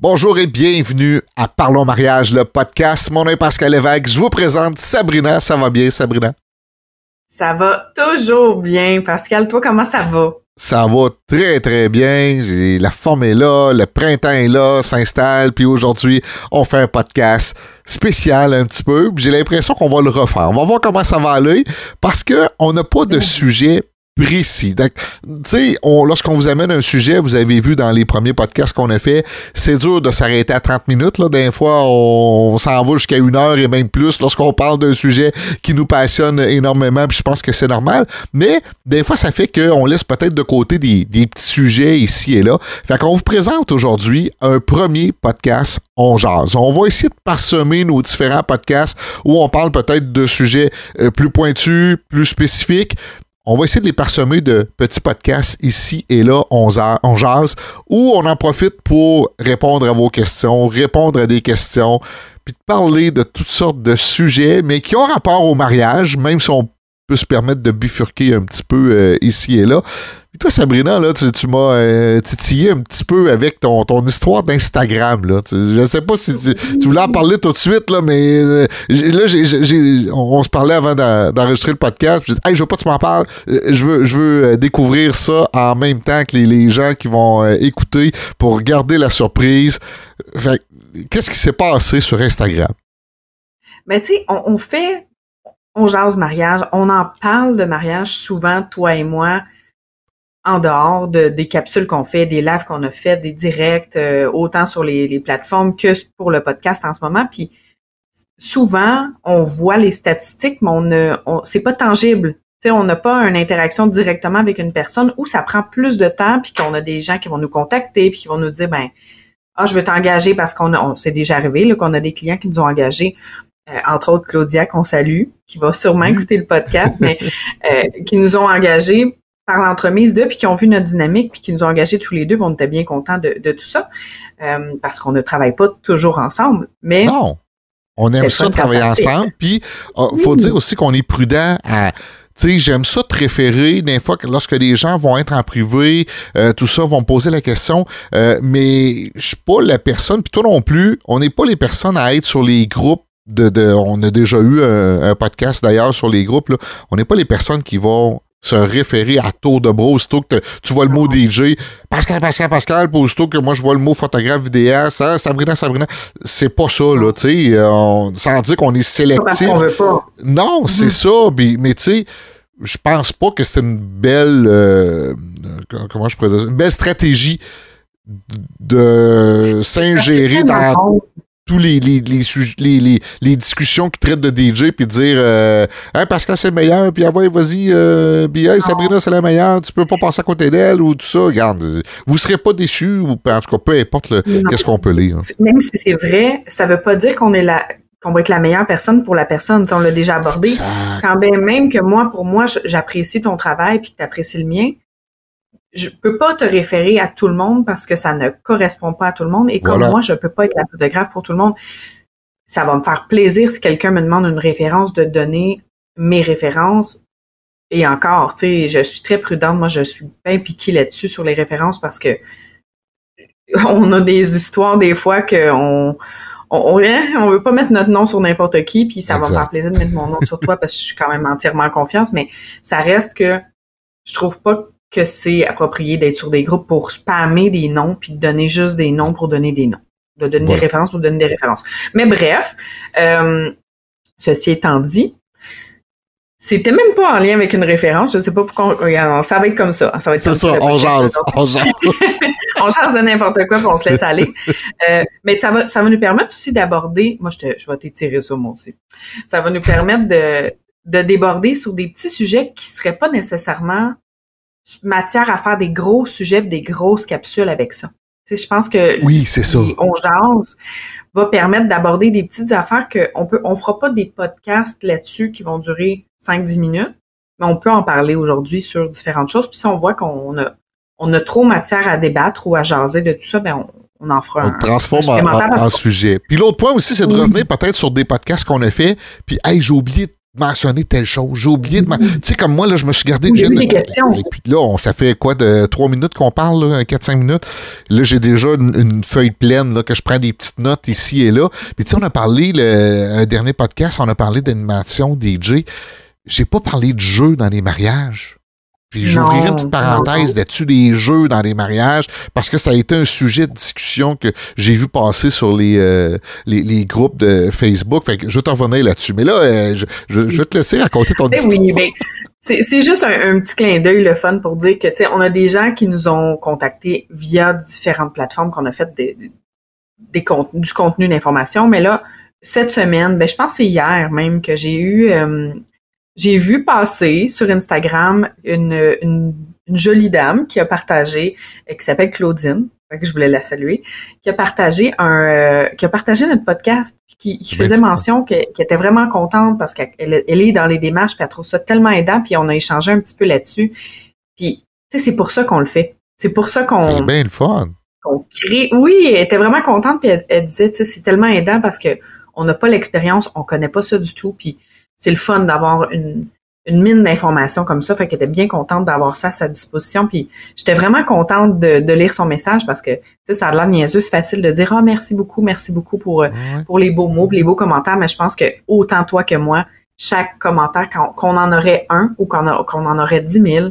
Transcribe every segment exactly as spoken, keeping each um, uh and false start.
Bonjour et bienvenue à Parlons Mariage, le podcast. Mon nom est Pascal Lévesque. Je vous présente Sabrina. Ça va bien, Sabrina? Ça va toujours bien. Pascal, toi, comment ça va? Ça va très, très bien. J'ai, la forme est là, le printemps est là, s'installe. Puis aujourd'hui, on fait un podcast spécial un petit peu. J'ai l'impression qu'on va le refaire. On va voir comment ça va aller parce qu'on n'a pas de sujet précis. Donc, tu sais, lorsqu'on vous amène un sujet, vous avez vu dans les premiers podcasts qu'on a fait, c'est dur de s'arrêter à trente minutes. Là. Des fois, on, on s'en va jusqu'à une heure et même plus lorsqu'on parle d'un sujet qui nous passionne énormément, puis je pense que c'est normal. Mais des fois, ça fait qu'on laisse peut-être de côté des, des petits sujets ici et là. Fait qu'on vous présente aujourd'hui un premier podcast On jase. On va essayer de parsemer nos différents podcasts où on parle peut-être de sujets euh, plus pointus, plus spécifiques. On va essayer de les parsemer de petits podcasts ici et là, on, on jase, où on en profite pour répondre à vos questions, répondre à des questions, puis de parler de toutes sortes de sujets, mais qui ont rapport au mariage, même si on peut se permettre de bifurquer un petit peu euh, ici et là. Puis toi, Sabrina, là, tu, tu m'as euh, titillé un petit peu avec ton, ton histoire d'Instagram. Là. Tu, je ne sais pas si tu, tu voulais en parler tout de suite, là, mais euh, là, j'ai, j'ai, on, on se parlait avant d'en, d'enregistrer le podcast. Je dis, hey, je veux pas que tu m'en parles. Je veux, je veux découvrir ça en même temps que les, les gens qui vont euh, écouter pour garder la surprise. Fait, qu'est-ce qui s'est passé sur Instagram? Ben, tu sais, on, on fait, on jase mariage, on en parle de mariage souvent, toi et moi, en dehors de, des capsules qu'on fait, des lives qu'on a fait, des directs, euh, autant sur les, les plateformes que pour le podcast en ce moment. Puis souvent, on voit les statistiques, mais on ne, on, c'est pas tangible. Tu sais, on n'a pas une interaction directement avec une personne où ça prend plus de temps, puis qu'on a des gens qui vont nous contacter, puis qui vont nous dire, ben, ah, je veux t'engager parce qu'on a, on, c'est déjà arrivé, là, qu'on a des clients qui nous ont engagés. Euh, entre autres, Claudia, qu'on salue, qui va sûrement écouter le podcast, mais euh, qui nous ont engagés par l'entremise d'eux, puis qui ont vu notre dynamique, puis qui nous ont engagés tous les deux, puis on était bien contents de, de tout ça, euh, parce qu'on ne travaille pas toujours ensemble, mais... Non, on aime ça travailler ensemble, puis il euh, faut oui. dire aussi qu'on est prudent à... Tu sais, j'aime ça te référer des fois que lorsque les gens vont être en privé, euh, tout ça, vont me poser la question, euh, mais je suis pas la personne, puis toi non plus, on n'est pas les personnes à être sur les groupes. De, de, on a déjà eu un, un podcast d'ailleurs sur les groupes. Là. On n'est pas les personnes qui vont se référer à tour de bras. Aussitôt que tu vois le mot D J, Pascal, Pascal, Pascal, puis aussitôt que moi je vois le mot photographe, vidéaste, hein, Sabrina, Sabrina. C'est pas ça, là, tu sais. Euh, sans dire qu'on est sélectif. On veut pas. Non, mm-hmm. c'est ça. Mais, mais tu sais, je pense pas que c'est une belle. Euh, comment je pourrais dire? Une belle stratégie de s'ingérer dans. tous les, les, les, les, les, les discussions qui traitent de D J, puis dire euh, hey, Pascal, c'est le meilleur, puis ah ouais, vas-y, euh, puis hey, Sabrina, c'est la meilleure, tu peux pas passer à côté d'elle, ou tout ça. Regarde, vous serez pas déçus, ou en tout cas, peu importe le, qu'est-ce qu'on peut lire. Même si c'est vrai, ça veut pas dire qu'on est la qu'on va être la meilleure personne pour la personne. T'sais, on l'a déjà abordé. Exact. Quand bien même que moi, pour moi, j'apprécie ton travail, puis que tu apprécies le mien, je peux pas te référer à tout le monde parce que ça ne correspond pas à tout le monde. Et comme voilà. moi, je peux pas être la photographe pour tout le monde. Ça va me faire plaisir si quelqu'un me demande une référence de donner mes références. Et encore, tu sais, je suis très prudente. Moi, je suis bien piquée là-dessus sur les références parce que on a des histoires des fois qu'on on, on, on veut pas mettre notre nom sur n'importe qui, puis ça exact. Va me faire plaisir de mettre mon nom sur toi parce que je suis quand même entièrement en confiance. Mais ça reste que je trouve pas que c'est approprié d'être sur des groupes pour spammer des noms puis de donner juste des noms pour donner des noms. De donner voilà. des références pour donner des références. Mais bref, euh, ceci étant dit, c'était même pas en lien avec une référence. Je sais pas pourquoi. On, ça va être comme ça. Ça va être c'est ça, on jase. On jase. On jase de n'importe quoi puis on se laisse aller. Euh, mais ça va, ça va nous permettre aussi d'aborder. Moi, je, te, je vais t'étirer ça, moi aussi. Ça va nous permettre de, de déborder sur des petits sujets qui seraient pas nécessairement matière à faire des gros sujets, des grosses capsules avec ça. Tu sais, je pense que oui, c'est ça. On jase va permettre d'aborder des petites affaires que on peut, on fera pas des podcasts là-dessus qui vont durer cinq dix minutes, mais on peut en parler aujourd'hui sur différentes choses. Puis si on voit qu'on a, on a trop matière à débattre ou à jaser de tout ça, ben on, on en fera on un. On transforme en, en, en sujet. Puis l'autre point aussi, c'est de oui. revenir peut-être sur des podcasts qu'on a fait. Puis, hey, j'ai oublié mentionner telle chose. J'ai oublié de... Tu sais, comme moi, là, je me suis gardé... J'ai eu des questions. Et puis là, on, ça fait quoi, de trois minutes qu'on parle, là, quatre cinq minutes. Là, j'ai déjà une, une feuille pleine, là, que je prends des petites notes ici et là. Puis tu sais, on a parlé, le un dernier podcast, on a parlé d'animation D J. J'ai pas parlé de jeux dans les mariages. Puis j'ouvrirai une petite parenthèse là-dessus, des jeux dans les mariages, parce que ça a été un sujet de discussion que j'ai vu passer sur les, euh, les, les groupes de Facebook. Fait que je vais t'en revenir là-dessus. Mais là, euh, je, je, je vais te laisser raconter ton ben histoire. Oui, ben, c'est, c'est juste un, un petit clin d'œil, le fun, pour dire que, tu sais, on a des gens qui nous ont contactés via différentes plateformes qu'on a fait des, des contenus, du contenu d'information. Mais là, cette semaine, ben, je pense que c'est hier même que j'ai eu... Euh, J'ai vu passer sur Instagram une, une, une jolie dame qui a partagé, qui s'appelle Claudine, que je voulais la saluer, qui a partagé un, euh, qui a partagé notre podcast, qui, qui faisait mention qu'elle était vraiment contente parce qu'elle elle est dans les démarches, puis elle trouve ça tellement aidant, puis on a échangé un petit peu là-dessus. Puis, tu sais, c'est pour ça qu'on le fait. C'est pour ça qu'on... C'est bien le fun. Qu'on crée. Oui, elle était vraiment contente, puis elle, elle disait, tu sais, c'est tellement aidant parce que on n'a pas l'expérience, on connaît pas ça du tout, puis c'est le fun d'avoir une, une mine d'informations comme ça. Fait qu'elle était bien contente d'avoir ça à sa disposition. Puis j'étais vraiment contente de, de lire son message parce que, tu sais, ça a l'air niaiseux, c'est facile de dire « Ah, oh, merci beaucoup, merci beaucoup pour, ouais. pour les beaux mots, pour les beaux commentaires. » Mais je pense que autant toi que moi, chaque commentaire, qu'on, qu'on en aurait un ou qu'on, a, qu'on en aurait dix mille,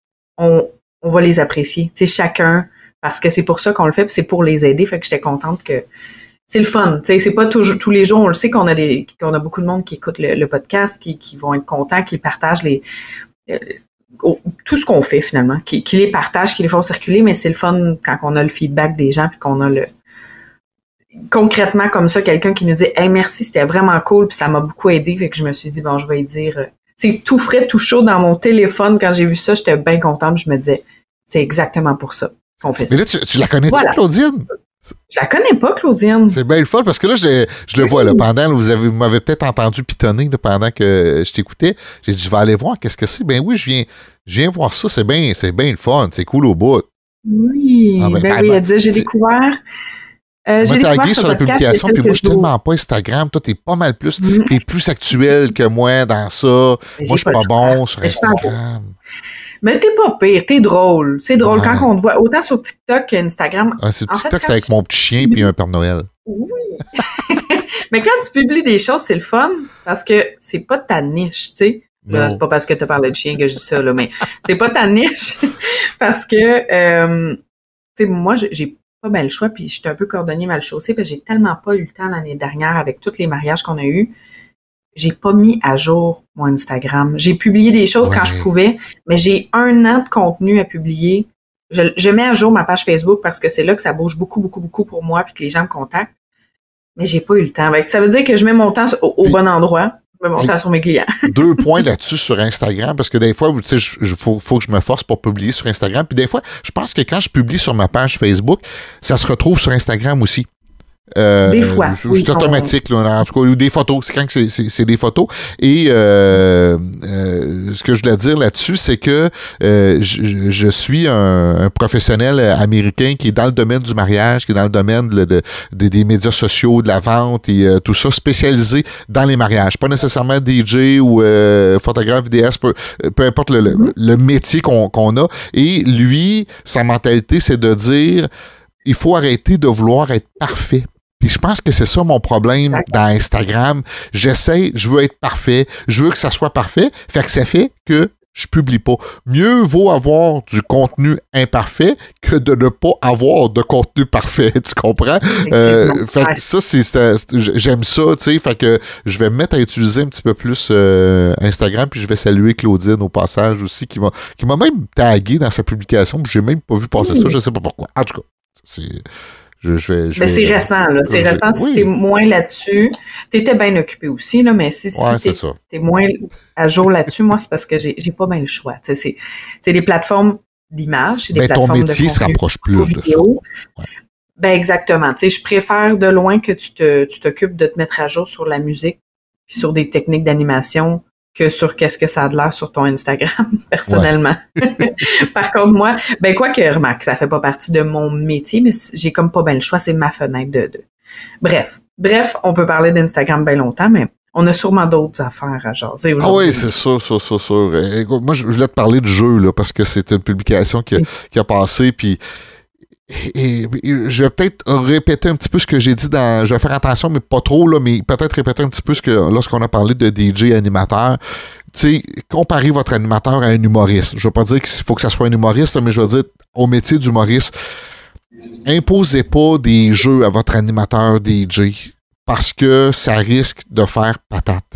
on, on va les apprécier. Tu sais, chacun, parce que c'est pour ça qu'on le fait, puis c'est pour les aider. Fait que j'étais contente que... C'est le fun, tu sais, c'est pas toujours, tous les jours, on le sait qu'on a des, qu'on a beaucoup de monde qui écoute le, le podcast, qui, qui vont être contents, qui partagent les, euh, tout ce qu'on fait finalement, qui, qui les partagent, qui les font circuler, mais c'est le fun quand on a le feedback des gens puis qu'on a le, concrètement comme ça, quelqu'un qui nous dit « Hey, merci, c'était vraiment cool, puis ça m'a beaucoup aidé. » Fait que je me suis dit, bon, je vais y dire, euh, c'est tout frais, tout chaud dans mon téléphone. Quand j'ai vu ça, j'étais bien contente, je me disais, c'est exactement pour ça qu'on fait ça. Mais là, tu, tu la connais-tu, voilà. Claudine? Je la connais pas, Claudine. C'est bien le fun parce que là, je, je le vois, là, pendant, vous, avez, vous m'avez peut-être entendu pitonner là, pendant que je t'écoutais. J'ai dit, je vais aller voir qu'est-ce que c'est. Ben oui, je viens, je viens voir ça, c'est bien, c'est bien le fun, c'est cool au bout. Oui, ah ben, ben oui, elle dit, j'ai découvre. Euh, j'ai tagué sur la publication, puis moi, je suis tellement pas Instagram. Toi, t'es pas mal plus, mm. t'es plus actuel que moi dans ça. Mais moi, je suis pas, pas bon sur Instagram. Mais t'es pas pire, t'es drôle. C'est drôle ouais. quand on te voit, autant sur TikTok qu'Instagram. Ah, sur TikTok, fait, c'est avec tu... mon petit chien puis un Père Noël. Oui. Mais quand tu publies des choses, c'est le fun parce que c'est pas ta niche, tu sais. Là, c'est pas parce que t'as parlé de chien que je dis ça, là, mais c'est pas ta niche parce que, euh, tu sais, moi, j'ai pas mal le choix puis j'étais un peu cordonnier mal chaussé parce que j'ai tellement pas eu le temps l'année dernière avec tous les mariages qu'on a eus. J'ai pas mis à jour mon Instagram. J'ai publié des choses ouais. quand je pouvais, mais j'ai un an de contenu à publier. Je, je mets à jour ma page Facebook parce que c'est là que ça bouge beaucoup, beaucoup, beaucoup pour moi puis que les gens me contactent. Mais j'ai pas eu le temps. Ça veut dire que je mets mon temps au, au puis, bon endroit. Je mets mon temps sur mes clients. Deux points là-dessus sur Instagram parce que des fois, tu sais, il faut, faut que je me force pour publier sur Instagram. Puis des fois, je pense que quand je publie sur ma page Facebook, ça se retrouve sur Instagram aussi. Euh, des fois. C'est oui, automatique, on... là, en tout cas, ou des photos. C'est quand c'est, c'est, c'est des photos. Et euh, euh, ce que je voulais dire là-dessus, c'est que euh, je, je suis un, un professionnel américain qui est dans le domaine du mariage, qui est dans le domaine de, de, de, des médias sociaux, de la vente et euh, tout ça, spécialisé dans les mariages. Pas nécessairement D J ou euh, photographe, vidéaste, peu, peu importe le, le, le métier qu'on, qu'on a. Et lui, sa mentalité, c'est de dire il faut arrêter de vouloir être parfait. Puis je pense que c'est ça mon problème dans Instagram. J'essaie, je veux être parfait, je veux que ça soit parfait, fait que ça fait que je publie pas. Mieux vaut avoir du contenu imparfait que de ne pas avoir de contenu parfait, tu comprends? Euh, fait que ça, c'est, c'est, c'est, j'aime ça, tu sais, fait que je vais me mettre à utiliser un petit peu plus euh, Instagram, puis je vais saluer Claudine au passage aussi, qui m'a, qui m'a même tagué dans sa publication, puis j'ai même pas vu passer mmh. ça, je sais pas pourquoi. En tout cas, c'est... Je, je vais, je mais vais, c'est récent, là. C'est je, récent. Si oui. t'es moins là-dessus, t'étais bien occupé aussi, là, mais si, ouais, si t'es, t'es moins à jour là-dessus, moi, c'est parce que j'ai, j'ai pas bien le choix. Tu sais, c'est, c'est des plateformes d'image, c'est des mais plateformes ton métier de se rapproche plus de ça. Ouais. Ben, exactement. Tu sais, je préfère de loin que tu te, tu t'occupes de te mettre à jour sur la musique puis sur des techniques d'animation que sur qu'est-ce que ça a de l'air sur ton Instagram, personnellement. Ouais. Par contre, moi, ben quoi que, remarque, ça fait pas partie de mon métier, mais j'ai comme pas bien le choix, c'est ma fenêtre de... de... Bref, bref, on peut parler d'Instagram bien longtemps, mais on a sûrement d'autres affaires à jaser aujourd'hui. Ah oui, c'est sûr, sûr, sûr, sûr. Écoute, moi, je voulais te parler du jeu, là, parce que c'est une publication qui a, oui. qui a passé, puis et, et, je vais peut-être répéter un petit peu ce que j'ai dit dans... Je vais faire attention, mais pas trop, là, mais peut-être répéter un petit peu ce que lorsqu'on a parlé de D J animateur. Tu sais, comparez votre animateur à un humoriste. Je veux pas dire qu'il faut que ça soit un humoriste, mais je veux dire, au métier d'humoriste, imposez pas des jeux à votre animateur D J. Parce que ça risque de faire patate.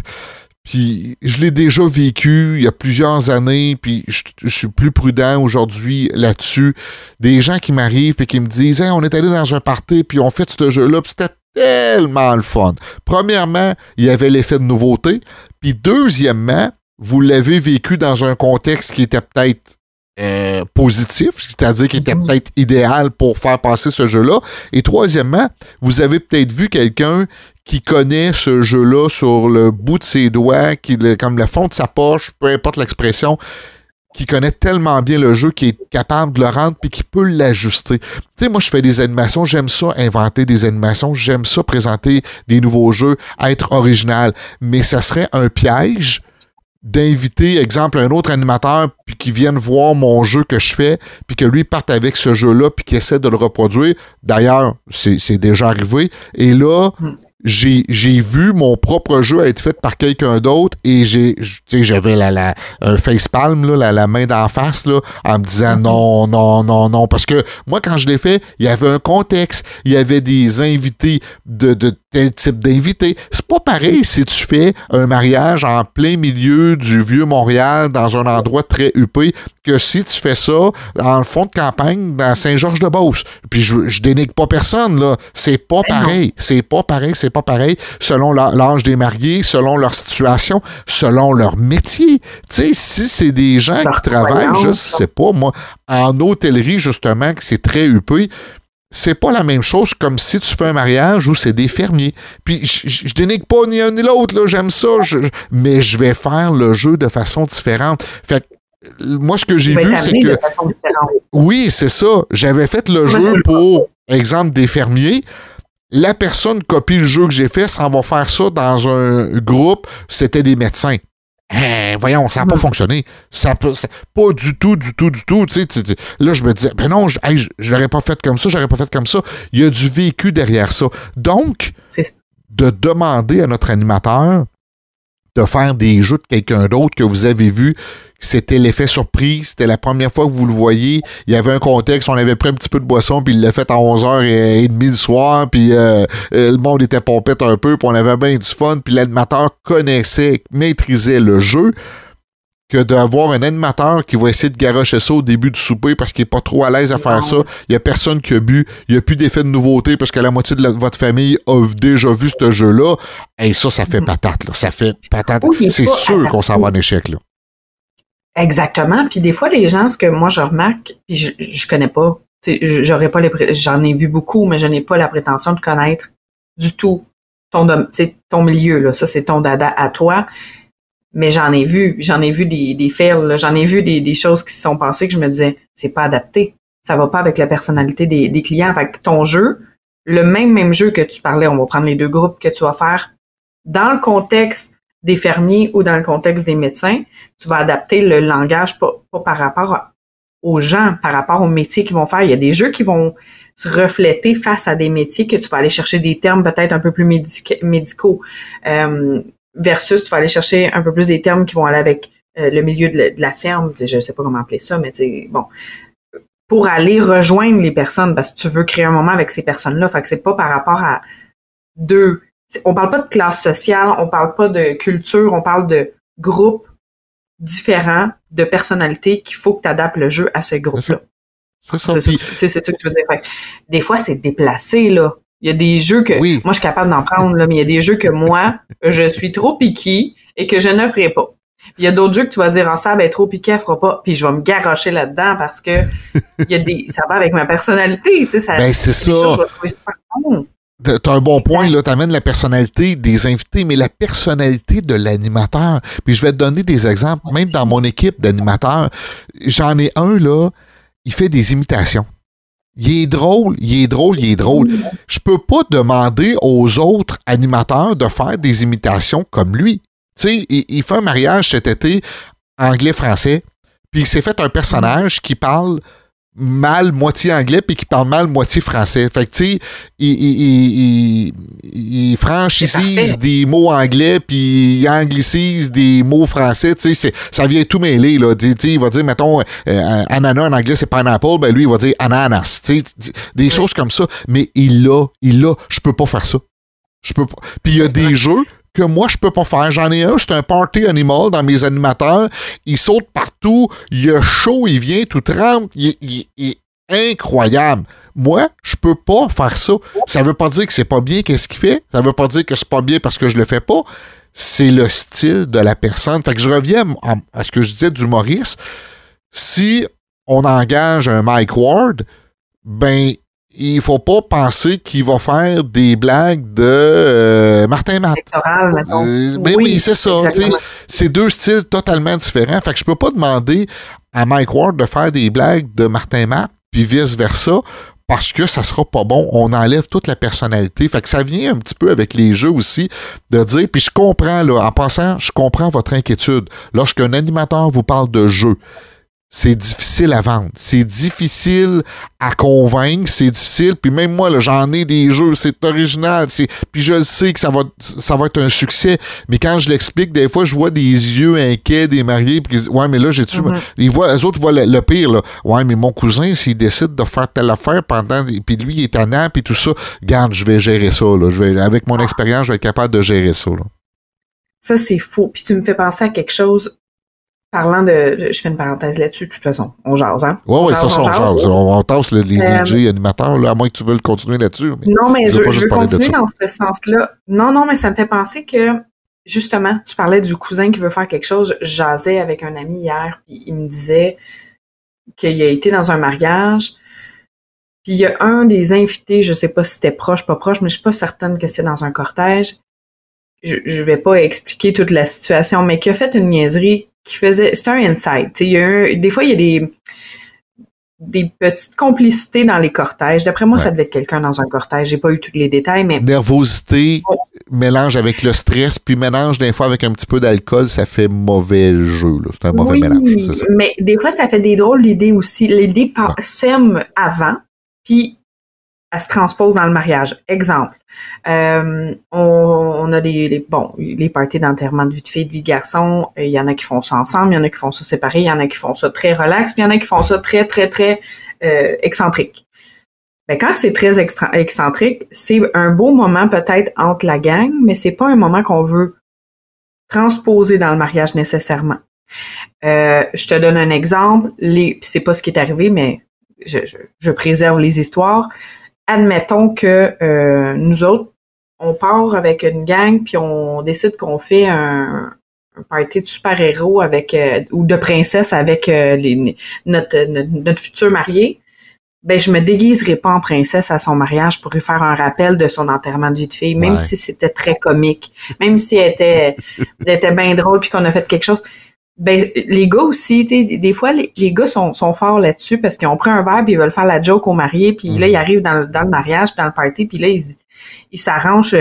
Puis je l'ai déjà vécu il y a plusieurs années, puis je, je suis plus prudent aujourd'hui là-dessus. Des gens qui m'arrivent et qui me disent hey, « on est allé dans un party, puis on fait ce jeu-là, puis c'était tellement le fun. » Premièrement, il y avait l'effet de nouveauté. Puis deuxièmement, vous l'avez vécu dans un contexte qui était peut-être Euh, positif, c'est-à-dire qui était peut-être idéal pour faire passer ce jeu-là. Et troisièmement, vous avez peut-être vu quelqu'un qui connaît ce jeu-là sur le bout de ses doigts, qui le, comme le fond de sa poche, peu importe l'expression, qui connaît tellement bien le jeu, qui est capable de le rendre puis qui peut l'ajuster. Tu sais, moi, je fais des animations, j'aime ça inventer des animations, j'aime ça présenter des nouveaux jeux, être original, mais ça serait un piège d'inviter, exemple, un autre animateur puis qui vienne voir mon jeu que je fais puis que lui parte avec ce jeu-là puis qu'il essaie de le reproduire. D'ailleurs, c'est, c'est déjà arrivé. Et là, mm. j'ai, j'ai vu mon propre jeu être fait par quelqu'un d'autre et j'ai, tu sais, j'avais la, la, un facepalm, là, la, la main d'en face, là, en me disant mm. non, non, non, non. Parce que moi, quand je l'ai fait, il y avait un contexte, il y avait des invités de, de tel type d'invité. C'est pas pareil si tu fais un mariage en plein milieu du vieux Montréal dans un endroit très huppé que si tu fais ça dans le fond de campagne dans Saint-Georges-de-Beauce. Puis je, je dénigre pas personne, là. C'est pas pareil. C'est pas pareil, c'est pas pareil selon l'âge des mariés, selon leur situation, selon leur métier. Tu sais, si c'est des gens qui travaillent, je sais pas, moi, en hôtellerie, justement, que c'est très huppé, c'est pas la même chose comme si tu fais un mariage où c'est des fermiers. Puis je, je, je dénigre pas ni un ni l'autre, là, j'aime ça, je, mais je vais faire le jeu de façon différente. Fait que moi, ce que j'ai vu, c'est que... Oui, c'est ça. J'avais fait le jeu pour, exemple, des fermiers. La personne copie le jeu que j'ai fait, ça va faire ça dans un groupe, c'était des médecins. Hey, voyons, ça n'a pas mmh. fonctionné. Ça, ça, pas du tout, du tout, du tout. Tu sais, là, je me disais, ben non, je hey, je l'aurais pas fait comme ça, je l'aurais pas fait comme ça. Il y a du vécu derrière ça. Donc, c'est... de demander à notre animateur de faire des jeux de quelqu'un d'autre que vous avez vu, c'était l'effet surprise, c'était la première fois que vous le voyez, il y avait un contexte, on avait pris un petit peu de boisson, puis il l'a fait à onze heures trente le soir, puis euh, le monde était pompette un peu, puis on avait bien du fun, puis l'animateur connaissait, maîtrisait le jeu, que d'avoir un animateur qui va essayer de garrocher ça au début du souper parce qu'il n'est pas trop à l'aise à faire ça, il n'y a personne qui a bu, il n'y a plus d'effet de nouveauté parce que la moitié de la, votre famille a déjà vu ce jeu-là, et ça, ça fait patate, là. Ça fait patate. Oui, c'est sûr qu'on s'en va en échec, là. Exactement. Puis des fois, les gens, ce que moi je remarque, puis je, je connais pas, j'aurais pas les, j'en ai vu beaucoup, mais je n'ai pas la prétention de connaître du tout ton, ton milieu, là. Ça, c'est ton dada à toi. Mais j'en ai vu, j'en ai vu des, des fails, là. J'en ai vu des, des choses qui se sont passées que je me disais, c'est pas adapté. Ça va pas avec la personnalité des, des clients. Fait que ton jeu, le même, même jeu que tu parlais, on va prendre les deux groupes que tu vas faire dans le contexte des fermiers ou dans le contexte des médecins, tu vas adapter le langage pas, pas par rapport à, aux gens, par rapport aux métiers qu'ils vont faire. Il y a des jeux qui vont se refléter face à des métiers que tu vas aller chercher des termes peut-être un peu plus médic- médicaux euh, versus tu vas aller chercher un peu plus des termes qui vont aller avec euh, le milieu de la, de la ferme. Je ne sais pas comment appeler ça, mais tu sais, bon, pour aller rejoindre les personnes parce que tu veux créer un moment avec ces personnes-là. Fait que c'est pas par rapport à deux... On parle pas de classe sociale, on parle pas de culture, on parle de groupes différents, de personnalités qu'il faut que tu adaptes le jeu à ce groupe-là. C'est ça. C'est ça, puis... c'est ça que tu veux dire. Fait, des fois, c'est déplacé, là. Il y a des jeux que oui. moi, je suis capable d'en prendre, là, mais il y a des jeux que moi, je suis trop piquée et que je ne ferai pas. Puis il y a d'autres jeux que tu vas dire, ah, ça, ben, trop piqué, elle fera pas. Puis je vais me garrocher là-dedans parce que il y a des, ça va avec ma personnalité, tu sais. Ça, ben, c'est ça. Choses, je vais trouver super bon. T'as un bon point, là, t'amènes la personnalité des invités, mais la personnalité de l'animateur. Puis je vais te donner des exemples, Merci. Même dans mon équipe d'animateurs. J'en ai un, là, il fait des imitations. Il est drôle, il est drôle, il est drôle. Je peux pas demander aux autres animateurs de faire des imitations comme lui. Tu sais, il, il fait un mariage cet été anglais-français, puis il s'est fait un personnage qui parle mal moitié anglais puis qui parle mal moitié français. Fait que tu sais, il, il, il, il franchisise des mots anglais puis il anglicise des mots français. Tu sais, ça vient tout mêler là. Tu sais, il va dire mettons euh, ananas en anglais c'est pineapple, ben lui il va dire ananas. Tu sais, des oui. choses comme ça. Mais il l'a, il l'a. Je peux pas faire ça. Je peux pas. Puis il y a des jeux que moi, je peux pas faire. J'en ai un, c'est un party animal dans mes animateurs. Il saute partout, il a chaud, il vient tout trempe, il, il, il est incroyable. Moi, je peux pas faire ça. Ça veut pas dire que c'est pas bien qu'est-ce qu'il fait. Ça veut pas dire que c'est pas bien parce que je le fais pas. C'est le style de la personne. Fait que je reviens à, à ce que je disais d'humoriste. Si on engage un Mike Ward, ben, il faut pas penser qu'il va faire des blagues de euh, Martin Matt. Euh, ben oui, oui c'est ça. C'est deux styles totalement différents. Fait que je peux pas demander à Mike Ward de faire des blagues de Martin Matt, puis vice-versa, parce que ça sera pas bon. On enlève toute la personnalité. Fait que ça vient un petit peu avec les jeux aussi, de dire, puis je comprends, là, en passant, je comprends votre inquiétude. Lorsqu'un animateur vous parle de jeu, c'est difficile à vendre, c'est difficile à convaincre, c'est difficile, puis même moi, là, j'en ai des jeux, c'est original, c'est, puis je sais que ça va, ça va être un succès, mais quand je l'explique, des fois, je vois des yeux inquiets des mariés, puis ouais, mais là, j'ai-tu... Mm-hmm. Ils voient, eux autres voient le, le pire, là. Ouais, mais mon cousin, s'il décide de faire telle affaire pendant, puis lui, il est tannant, puis tout ça, garde, je vais gérer ça, là, je vais, avec mon expérience, je vais être capable de gérer ça, là. Ça, c'est faux, puis tu me fais penser à quelque chose. Parlant de, je fais une parenthèse là-dessus, de toute façon, on jase, hein? Oui, oui, ça, ça, on jase. On, on tasse les, les euh, D J animateurs, là, à moins que tu veux le continuer là-dessus. Mais non, mais je, je, je veux continuer dans ce sens-là. Non, non, mais ça me fait penser que, justement, tu parlais du cousin qui veut faire quelque chose. Je jasais avec un ami hier, puis il me disait qu'il a été dans un mariage, puis il y a un des invités, je sais pas si c'était proche, pas proche, mais je suis pas certaine que c'était dans un cortège. Je, je vais pas expliquer toute la situation, mais qui a fait une niaiserie qui faisait, c'était un insight. Il y a un, des fois, il y a des, des petites complicités dans les cortèges. D'après moi, ouais. ça devait être quelqu'un dans un cortège. J'ai pas eu tous les détails, mais... Nervosité, oh. mélange avec le stress, puis mélange des fois avec un petit peu d'alcool, ça fait mauvais jeu. Là. C'est un mauvais oui, mélange. C'est ça. Mais des fois, ça fait des drôles d'idées aussi. L'idée ouais. sème avant, puis elle se transpose dans le mariage. Exemple, euh, on, on a des, les, bon, les parties d'enterrement de vie de fille, de vie de garçon, il y en a qui font ça ensemble, il y en a qui font ça séparés, il y en a qui font ça très relax, puis il y en a qui font ça très, très, très euh, excentrique. Ben, quand c'est très extra- excentrique, c'est un beau moment peut-être entre la gang, mais c'est pas un moment qu'on veut transposer dans le mariage nécessairement. Euh, je te donne un exemple, les, c'est pas ce qui est arrivé, mais je, je, je préserve les histoires. Admettons que euh, nous autres, on part avec une gang puis on décide qu'on fait un, un party de super-héros avec euh, ou de princesse avec euh, les, notre, notre, notre futur marié. Ben, je me déguiserai pas en princesse à son mariage pour lui faire un rappel de son enterrement de vie de fille, même ouais. si c'était très comique, même si elle était, elle était bien drôle puis qu'on a fait quelque chose. Ben, les gars aussi, tu sais, des fois, les, les gars sont, sont forts là-dessus parce qu'ils ont pris un verre puis ils veulent faire la joke au marié puis mmh. là, ils arrivent dans le, dans le mariage puis dans le party puis là, ils, ils s'arrangent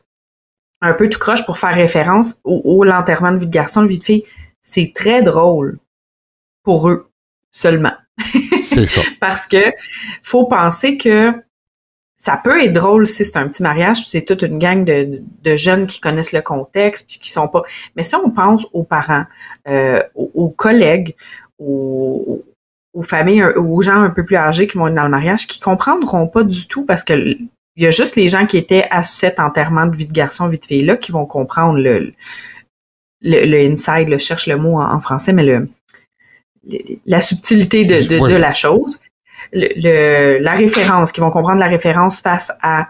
un peu tout croche pour faire référence au, au l'enterrement de vie de garçon, de vie de fille. C'est très drôle pour eux seulement. C'est ça. Parce que faut penser que ça peut être drôle si c'est un petit mariage, c'est toute une gang de, de jeunes qui connaissent le contexte puis qui sont pas... Mais si on pense aux parents, euh, aux, aux collègues, aux, aux familles, aux gens un peu plus âgés qui vont être dans le mariage, qui comprendront pas du tout parce que il y a juste les gens qui étaient à cet enterrement de vie de garçon, vie de fille-là qui vont comprendre le, le, le inside, le, je cherche le mot en, en français, mais le, le la subtilité de, de, oui. de la chose. Le, le, la référence, qui vont comprendre la référence face à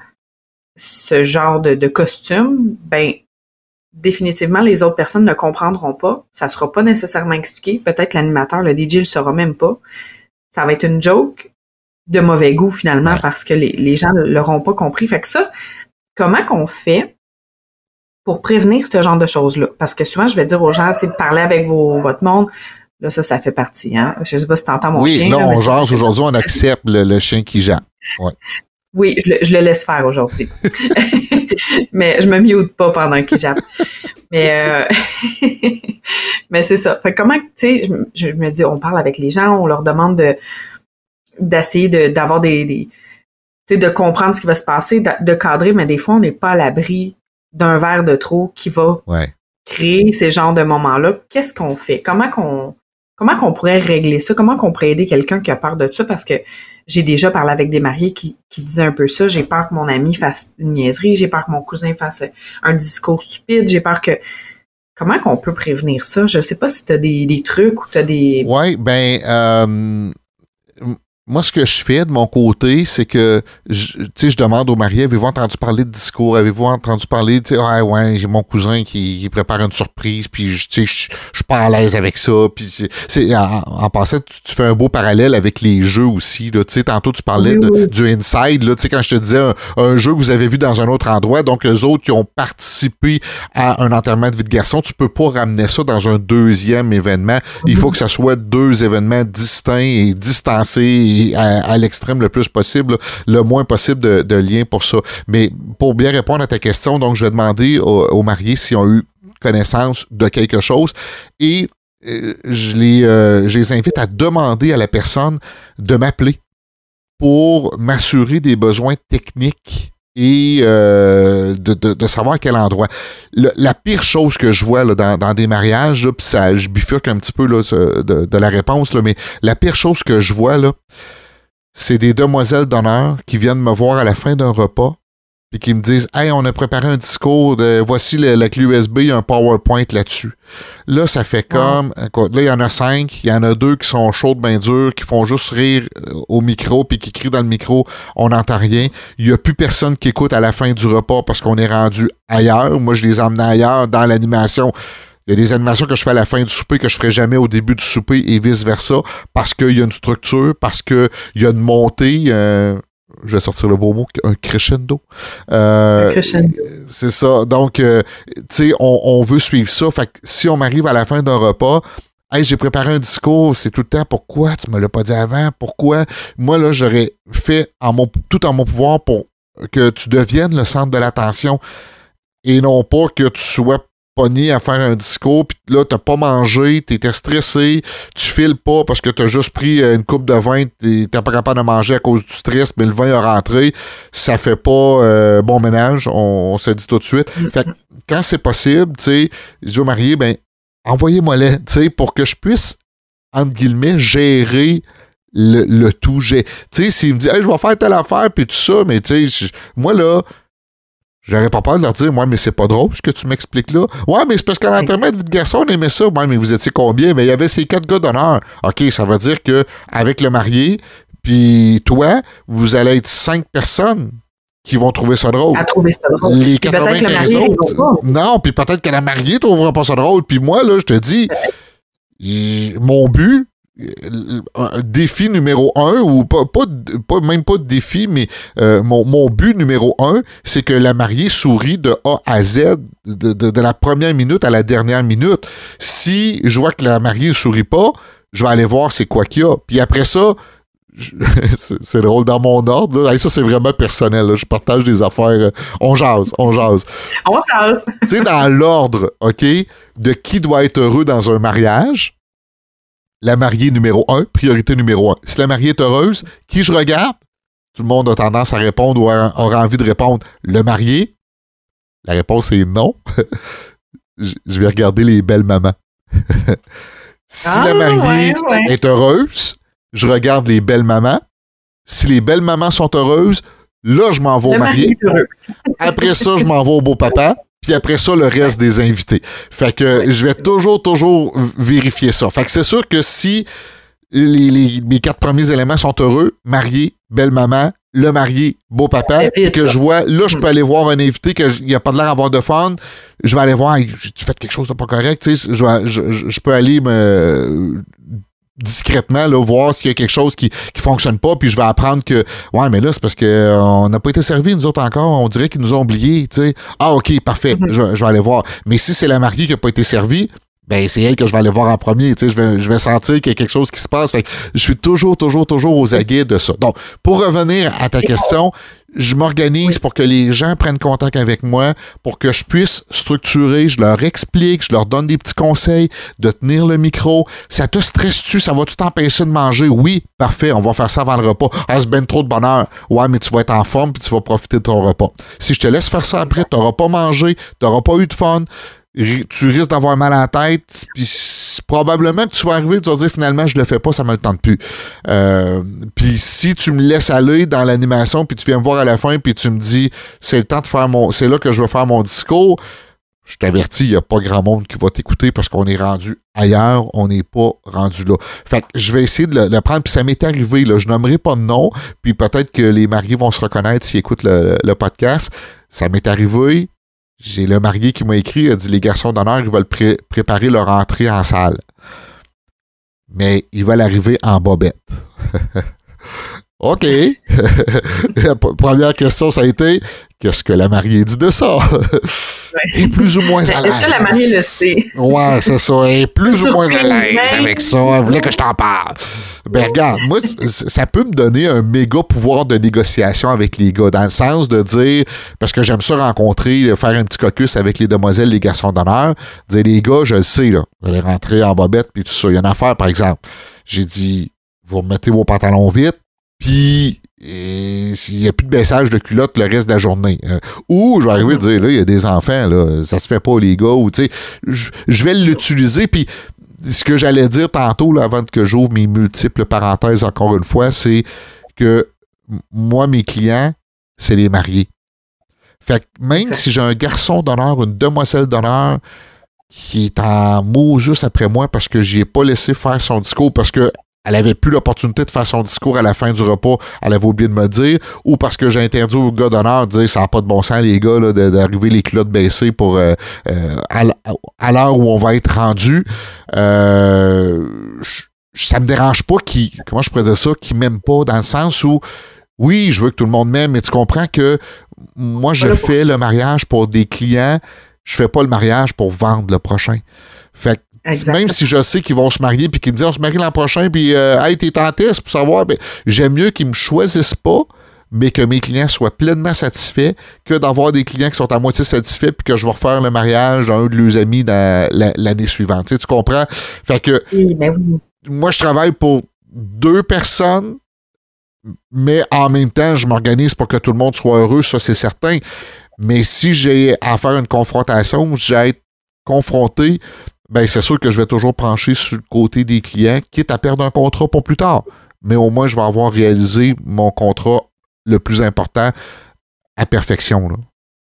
ce genre de, de costume, ben définitivement, les autres personnes ne comprendront pas. Ça sera pas nécessairement expliqué. Peut-être l'animateur, le D J, le saura même pas. Ça va être une joke de mauvais goût, finalement, ouais. parce que les, les gens ne l'auront pas compris. Fait que ça, comment qu'on fait pour prévenir ce genre de choses-là? Parce que souvent, je vais dire aux gens, c'est de parler avec vos, votre monde, Là, ça, ça fait partie. Hein? Je sais pas si tu entends mon oui, chien. Oui, là, là, on jase aujourd'hui, on accepte le, le chien qui jappe. Ouais. Oui, je le, je le laisse faire aujourd'hui. Mais je me mute pas pendant qu'il jappe. Mais euh... mais c'est ça. Fait que comment, tu sais, je, je me dis, on parle avec les gens, on leur demande de d'essayer de, d'avoir des, des tu sais, de comprendre ce qui va se passer, de, de cadrer, mais des fois, on n'est pas à l'abri d'un verre de trop qui va ouais. créer ces genres de moments-là. Qu'est-ce qu'on fait? Comment qu'on comment qu'on pourrait régler ça? Comment qu'on pourrait aider quelqu'un qui a peur de ça? Parce que j'ai déjà parlé avec des mariés qui, qui disaient un peu ça. J'ai peur que mon ami fasse une niaiserie. J'ai peur que mon cousin fasse un discours stupide. J'ai peur que... Comment qu'on peut prévenir ça? Je sais pas si tu as des, des trucs ou tu as des... Oui, ben... Euh... Moi, ce que je fais de mon côté, c'est que je, je demande aux mariés, avez-vous entendu parler de discours? Avez-vous entendu parler de ah ouais, j'ai mon cousin qui, qui prépare une surprise, puis je je suis pas à l'aise avec ça. Puis c'est, en, en passant, tu, tu fais un beau parallèle avec les jeux aussi. Là, tantôt, tu parlais oui, de, oui. du inside, là, quand je te disais un, un jeu que vous avez vu dans un autre endroit, donc eux autres qui ont participé à un enterrement de vie de garçon, tu peux pas ramener ça dans un deuxième événement. Mm-hmm. Il faut que ça soit deux événements distincts et distancés et À, à l'extrême le plus possible, le moins possible de, de liens pour ça. Mais pour bien répondre à ta question, donc je vais demander aux, aux mariés s'ils ont eu connaissance de quelque chose et euh, je, les, euh, je les invite à demander à la personne de m'appeler pour m'assurer des besoins techniques et euh, de, de, de savoir à quel endroit. Le, la pire chose que je vois là, dans, dans des mariages, puis ça, je bifurque un petit peu là, de, de la réponse, là, mais la pire chose que je vois, là, c'est des demoiselles d'honneur qui viennent me voir à la fin d'un repas et qui me disent « Hey, on a préparé un discours, de, voici le, la clé U S B, il y a un PowerPoint là-dessus. » Là, ça fait comme... Écoute, là, il y en a cinq, il y en a deux qui sont chaudes, bien dures, qui font juste rire au micro puis qui crient dans le micro, on n'entend rien. Il n'y a plus personne qui écoute à la fin du repas parce qu'on est rendu ailleurs. Moi, je les emmène ailleurs dans l'animation. Il y a des animations que je fais à la fin du souper que je ne ferai jamais au début du souper et vice-versa parce qu'il y a une structure, parce qu'il y a une montée... Euh, je vais sortir le beau mot, un crescendo. Euh, un crescendo. C'est ça. Donc, euh, tu sais, on, on veut suivre ça. Fait que si on m'arrive à la fin d'un repas, hey, j'ai préparé un discours, c'est tout le temps, pourquoi tu me l'as pas dit avant? Pourquoi? Moi, là, j'aurais fait en mon, tout en mon pouvoir pour que tu deviennes le centre de l'attention et non pas que tu sois pogné à faire un discours, puis là, t'as pas mangé, t'étais stressé, tu files pas parce que t'as juste pris une coupe de vin, t'es pas capable de manger à cause du stress, mais le vin a rentré, ça fait pas euh, bon ménage, on, on se dit tout de suite. Fait que quand c'est possible, tu sais, je dis aux mariés, ben, envoyez-moi-les, tu sais, pour que je puisse, entre guillemets, gérer le, le tout. Tu sais, s'il me dit, hey, je vais faire telle affaire, puis tout ça, mais tu sais, moi, là, j'aurais pas peur de leur dire, ouais, mais c'est pas drôle ce que tu m'expliques là. Ouais, mais c'est parce qu'à l'enterrement de vie de garçon, on aimait ça. Ouais, mais vous étiez combien? Mais il y avait ces quatre gars d'honneur. OK, ça veut dire que avec le marié, puis toi, vous allez être cinq personnes qui vont trouver ça drôle. À trouver ça drôle. Les quatre-vingt-quinze autres. Non, puis peut-être que la mariée ne trouvera pas ça drôle. Puis moi, là, je te dis, mon but, défi numéro un, ou pas, pas, pas même pas de défi, mais euh, mon, mon but numéro un, c'est que la mariée sourit de A à Z, de, de, de la première minute à la dernière minute. Si je vois que la mariée ne sourit pas, je vais aller voir c'est quoi qu'il y a. Puis après ça, je, c'est, c'est drôle, dans mon ordre, là, ça c'est vraiment personnel, là, je partage des affaires, euh, on jase, on jase. On jase. Tu sais, dans l'ordre, OK, de qui doit être heureux dans un mariage, la mariée numéro un, priorité numéro un. Si la mariée est heureuse, qui je regarde? Tout le monde a tendance à répondre ou a, aura envie de répondre le marié. La réponse est non. Je vais regarder les belles mamans. Si ah, la mariée ouais, ouais. est heureuse, je regarde les belles mamans. Si les belles mamans sont heureuses, là, je m'en vais au marié. Après ça, je m'en vais au beau-papa. Puis après ça, le reste des invités. Fait que oui. je vais toujours, toujours vérifier ça. Fait que c'est sûr que si les, les, mes quatre premiers éléments sont heureux, marié, belle-maman, le marié, beau-papa, que je vois, là, je peux aller voir un invité qu'il n'y a pas de l'air d'avoir de fun, je vais aller voir, hey, tu fais quelque chose de pas correct, tu sais, je, je, je peux aller me... discrètement, là, voir s'il y a quelque chose qui qui fonctionne pas, puis je vais apprendre que, ouais, mais là, c'est parce qu'on n'a pas été servis, nous autres encore, on dirait qu'ils nous ont oubliés, tu sais. Ah, OK, parfait, mm-hmm. je, je vais aller voir. Mais si c'est la mariée qui n'a pas été servie, ben c'est elle que je vais aller voir en premier. Tu sais, je vais, je vais sentir qu'il y a quelque chose qui se passe. Fait que je suis toujours, toujours, toujours aux aguets de ça. Donc, pour revenir à ta question, je m'organise oui. pour que les gens prennent contact avec moi, pour que je puisse structurer, je leur explique, je leur donne des petits conseils, de tenir le micro. Ça te stresse-tu? Ça va-tu t'empêcher de manger? Oui, parfait, on va faire ça avant le repas. Ah, c'est ben trop de bonheur. Ouais, mais tu vas être en forme puis tu vas profiter de ton repas. Si je te laisse faire ça après, tu n'auras pas mangé, tu n'auras pas eu de fun, tu risques d'avoir mal à la tête, puis probablement que tu vas arriver, tu vas dire finalement je le fais pas, ça me le tente plus. Euh, puis si tu me laisses aller dans l'animation, puis tu viens me voir à la fin, puis tu me dis c'est le temps de faire mon, c'est là que je vais faire mon discours, je t'avertis, il n'y a pas grand monde qui va t'écouter parce qu'on est rendu ailleurs, on n'est pas rendu là. Fait que je vais essayer de le, le prendre, puis ça m'est arrivé, là, je nommerai pas de nom, puis peut-être que les mariés vont se reconnaître s'ils écoutent le, le podcast. Ça m'est arrivé. J'ai le marié qui m'a écrit, il a dit les garçons d'honneur, ils veulent pré- préparer leur entrée en salle. Mais ils veulent arriver en bobette. OK. La première question, ça a été qu'est-ce que la mariée dit de ça? Elle est plus ou moins à l'aise. Est-ce que la mariée le sait? Ouais, c'est ça. Elle est plus ou moins à l'aise avec ça. Elle voulait que je t'en parle. Ben, regarde, moi, ça peut me donner un méga pouvoir de négociation avec les gars, dans le sens de dire, parce que j'aime ça rencontrer, faire un petit caucus avec les demoiselles, les garçons d'honneur, dire, les gars, je le sais, là, vous allez rentrer en bobette, puis tout ça. Il y a une affaire, par exemple. J'ai dit, vous remettez vos pantalons vite, puis il n'y a plus de baissage de culotte le reste de la journée. Euh, ou je vais arriver à dire, là, il y a des enfants, là, ça se fait pas, les gars, ou tu sais, je vais l'utiliser, puis ce que j'allais dire tantôt, là, avant que j'ouvre mes multiples parenthèses encore une fois, c'est que moi, mes clients, c'est les mariés. Fait que même exact. Si j'ai un garçon d'honneur, une demoiselle d'honneur qui est en mots juste après moi parce que j'y ai pas laissé faire son discours, parce que elle avait plus l'opportunité de faire son discours à la fin du repas, elle avait oublié de me dire, ou parce que j'ai interdit au gars d'honneur de dire ça n'a pas de bon sens, les gars, là, d'arriver les culottes baissées pour euh, euh, à, à l'heure où on va être rendu. Euh, ça me dérange pas qu'ils, comment je pourrais dire ça, qu'ils m'aiment pas, dans le sens où, oui, je veux que tout le monde m'aime, mais tu comprends que moi, je fais le mariage pour des clients, je fais pas le mariage pour vendre le prochain. Fait que exactement. Même si je sais qu'ils vont se marier puis qu'ils me disent on se marie l'an prochain puis euh, hey, t'es en test pour savoir, ben, j'aime mieux qu'ils me choisissent pas, mais que mes clients soient pleinement satisfaits, que d'avoir des clients qui sont à moitié satisfaits puis que je vais refaire le mariage à un de leurs amis dans la, l'année suivante. Tu sais, tu comprends? Fait que oui, ben oui. Moi, je travaille pour deux personnes, mais en même temps, je m'organise pour que tout le monde soit heureux, ça c'est certain. Mais si j'ai à faire une confrontation, j'ai à être confronté, ben c'est sûr que je vais toujours pencher sur le côté des clients, quitte à perdre un contrat pour plus tard. Mais au moins, je vais avoir réalisé mon contrat le plus important à perfection. Là.